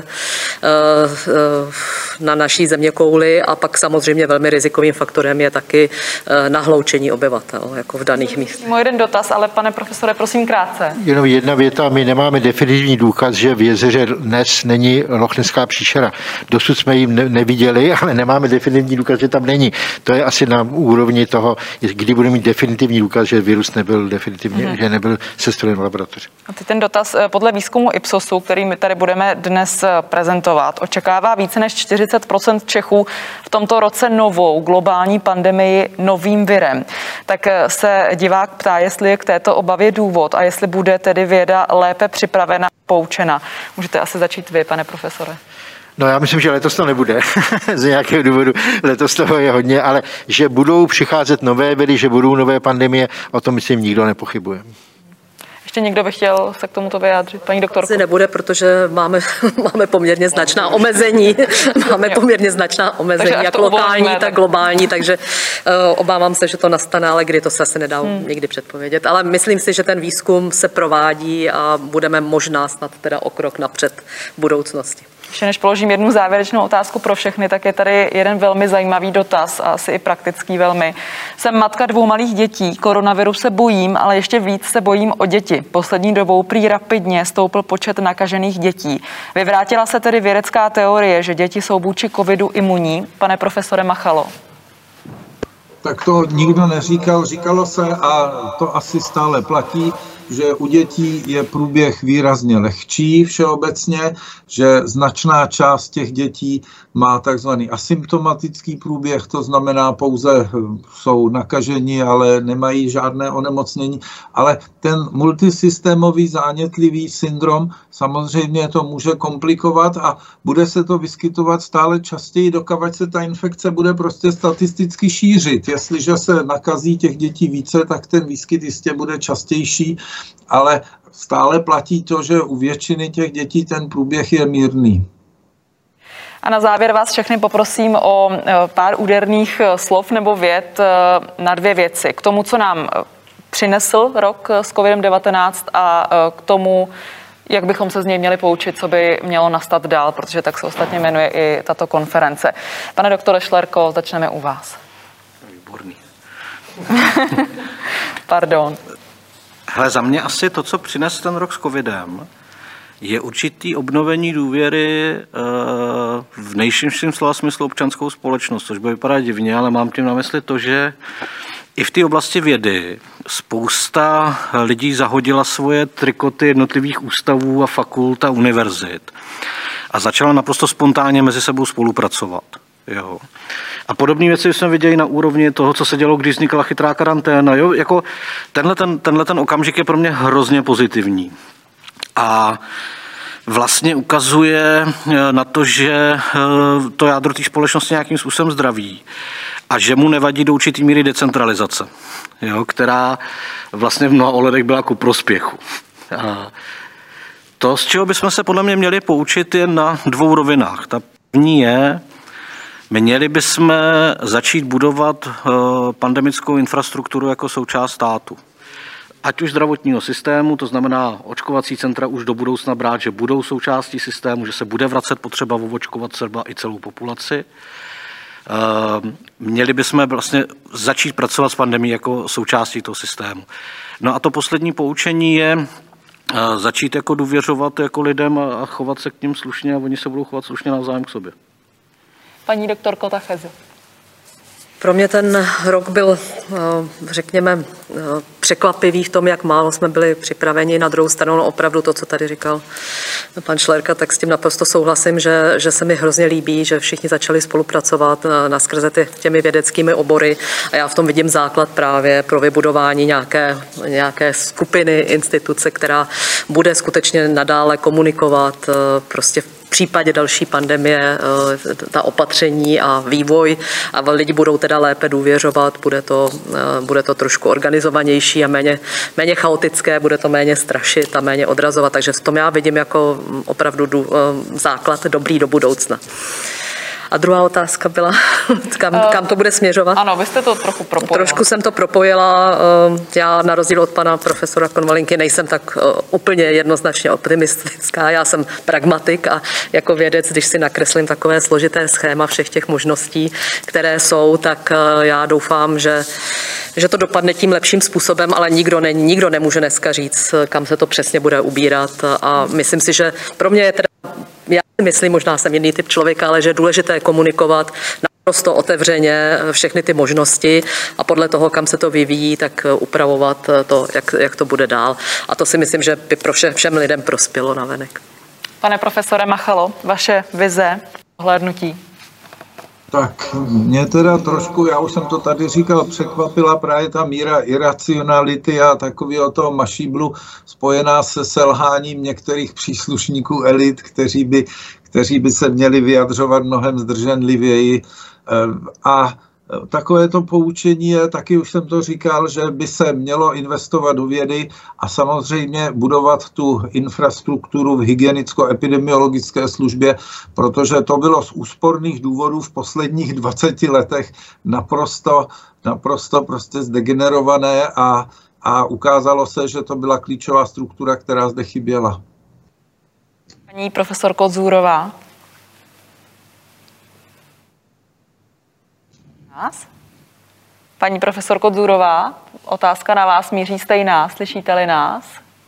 na naší zeměkouli a pak samozřejmě velmi rizikovým faktorem je taky nahloučení obyvatel, jako v daných místech. Můj jeden dotaz, ale pane profesore, prosím krátce. Jenom jedna věta, my nemáme definitivní důkaz, že v jezeře Ness není lochneská příšera. Dosud jsme ji neviděli, ale nemáme definitivní důkaz, že tam není. To je asi na úrovni toho, kdy budeme mít definitivní důkaz, že virus nebyl definitivně, hmm. že nebyl sestrojen v laboratoři. A teď ten dotaz podle výzkumu Ipsosu, který my tady budeme dnes prezentovat, očekává více než čtyřicet procent Čechů v tomto roce novou globální pandemii novým virem. Tak se divák ptá, jestli je k této obavě důvod a jestli bude tedy věda lépe připravena, poučena. Můžete asi začít vy, pane profesore. No já myslím, že letos to nebude, z nějakého důvodu, letos toho je hodně, ale že budou přicházet nové viry, že budou nové pandemie, o tom myslím nikdo nepochybuje. Ještě někdo by chtěl se k tomuto vyjádřit, paní doktorko? Asi nebude, protože máme, máme poměrně značná omezení, máme poměrně značná omezení, jak lokální, uvolíme, tak globální, takže uh, obávám se, že to nastane, ale kdy to se asi nedá hmm. nikdy předpovědět. Ale myslím si, že ten výzkum se provádí a budeme možná snad teda o krok napřed v budoucnosti. Ještě než položím jednu závěrečnou otázku pro všechny, tak je tady jeden velmi zajímavý dotaz a asi i praktický velmi. Jsem matka dvou malých dětí, koronaviru se bojím, ale ještě víc se bojím o děti. Poslední dobou prý rapidně stoupl počet nakažených dětí. Vyvrátila se tedy vědecká teorie, že děti jsou vůči covidu imunní. Pane profesore Machalo. Tak to nikdo neříkal, říkalo se a to asi stále platí, že u dětí je průběh výrazně lehčí všeobecně, že značná část těch dětí má takzvaný asymptomatický průběh, to znamená pouze jsou nakaženi, ale nemají žádné onemocnění, ale ten multisystémový zánětlivý syndrom samozřejmě to může komplikovat a bude se to vyskytovat stále častěji, dokud se ta infekce bude prostě statisticky šířit. Jestliže se nakazí těch dětí více, tak ten výskyt jistě bude častější, ale stále platí to, že u většiny těch dětí ten průběh je mírný. A na závěr vás všechny poprosím o pár úderných slov nebo vět na dvě věci. K tomu, co nám přinesl rok s covidem devatenáct a k tomu, jak bychom se z něj měli poučit, co by mělo nastat dál, protože tak se ostatně jmenuje i tato konference. Pane doktore Šlerko, začneme u vás. Výborný. Pardon. Hele, za mě asi to, co přines ten rok s covidem, je určitý obnovení důvěry v nejširším slova smyslu občanskou společnost, což by vypadá divně, ale mám tím na mysli to, že i v té oblasti vědy spousta lidí zahodila svoje trikoty jednotlivých ústavů a fakult a univerzit a začala naprosto spontánně mezi sebou spolupracovat. Jo. A podobné věci jsme viděli na úrovni toho, co se dělo, když vznikla chytrá karanténa. Jo? Jako tenhle, ten, tenhle ten okamžik je pro mě hrozně pozitivní. A vlastně ukazuje na to, že to jádro té společnosti nějakým způsobem zdraví a že mu nevadí do určitý míry decentralizace, jo? Která vlastně v mnoha ohledech byla ku prospěchu. A to, z čeho bychom se podle mě měli poučit, je na dvou rovinách. Ta první je, měli bychom začít budovat pandemickou infrastrukturu jako součást státu. Ať už zdravotního systému, to znamená očkovací centra už do budoucna brát, že budou součástí systému, že se bude vracet potřeba očkovat třeba i celou populaci. Měli bychom vlastně začít pracovat s pandemií jako součástí toho systému. No a to poslední poučení je začít jako důvěřovat jako lidem a chovat se k ním slušně a oni se budou chovat slušně navzájem k sobě. Paní doktorko Tachezi. Pro mě ten rok byl, řekněme, překvapivý v tom, jak málo jsme byli připraveni. Na druhou stranu opravdu to, co tady říkal pan Šlerka, tak s tím naprosto souhlasím, že, že se mi hrozně líbí, že všichni začali spolupracovat naskrze ty, těmi vědeckými obory a já v tom vidím základ právě pro vybudování nějaké, nějaké skupiny, instituce, která bude skutečně nadále komunikovat prostě v případě další pandemie ta opatření a vývoj a lidi budou teda lépe důvěřovat, bude to, bude to trošku organizovanější a méně, méně chaotické, bude to méně strašit a méně odrazovat, takže v tom já vidím jako opravdu základ dobrý do budoucna. A druhá otázka byla, kam, kam to bude směřovat? Ano, vy jste to trochu propojila. Trošku jsem to propojila. Já na rozdíl od pana profesora Konvalinky nejsem tak úplně jednoznačně optimistická. Já jsem pragmatik a jako vědec, když si nakreslím takové složité schéma všech těch možností, které jsou, tak já doufám, že, že to dopadne tím lepším způsobem, ale nikdo, ne, nikdo nemůže dneska říct, kam se to přesně bude ubírat. A myslím si, že pro mě je teda já si myslím, možná jsem jiný typ člověka, ale že je důležité komunikovat naprosto otevřeně všechny ty možnosti a podle toho, kam se to vyvíjí, tak upravovat to, jak, jak to bude dál. A to si myslím, že by pro vše, všem lidem prospělo navenek. Pane profesore Machalo, vaše vize, ohlédnutí. Tak mě teda trošku, já už jsem to tady říkal, překvapila právě ta míra iracionality a takového toho mašíblu spojená se selháním některých příslušníků elit, kteří by, kteří by se měli vyjadřovat mnohem zdrženlivěji. A takové to poučení je, taky už jsem to říkal, že by se mělo investovat do vědy a samozřejmě budovat tu infrastrukturu v hygienicko-epidemiologické službě, protože to bylo z úsporných důvodů v posledních dvaceti letech naprosto, naprosto prostě zdegenerované a, a ukázalo se, že to byla klíčová struktura, která zde chyběla. Paní profesorko Zůrová. Paní profesorko Dzurová, otázka na vás míří stejná. Slyšíte-li nás?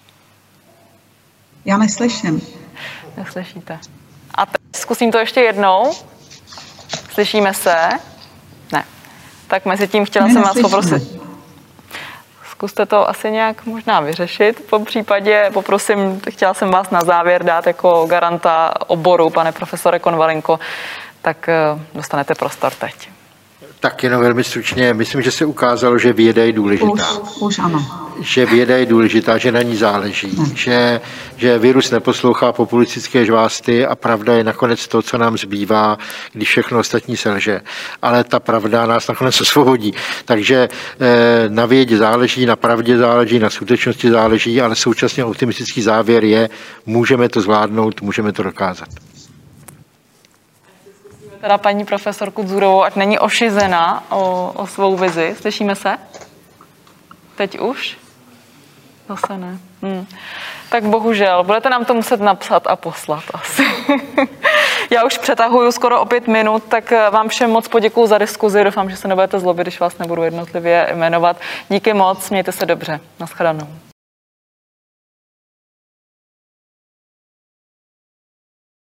Já neslyším. Neslyšíte. A teď zkusím to ještě jednou. Slyšíme se? Ne. Tak mezi tím chtěla My jsem vás neslyšíme. poprosit. Zkuste to asi nějak možná vyřešit. Po případě poprosím, chtěla jsem vás na závěr dát jako garanta oboru, pane profesore Konvalinko, tak dostanete prostor teď. Tak jenom velmi stručně, myslím, že se ukázalo, že věda je důležitá. Už, už ano. Že věda je důležitá, že na ní záleží, hmm. že, že virus neposlouchá populistické žvásty a pravda je nakonec to, co nám zbývá, když všechno ostatní selže. Ale ta pravda nás nakonec osvobodí. Takže eh, na vědě záleží, na pravdě záleží, na skutečnosti záleží, ale současně optimistický závěr je, můžeme to zvládnout, můžeme to dokázat. Teda paní profesorku Dzurovou, ať není ošizena o, o svou vizi. Slyšíme se? Teď už? Zase ne. Hmm. Tak bohužel, budete nám to muset napsat a poslat asi. Já už přetahuju skoro o pět minut, tak vám všem moc poděkuju za diskuzi. Doufám, že se nebudete zlobit, když vás nebudu jednotlivě jmenovat. Díky moc, mějte se dobře. Naschledanou.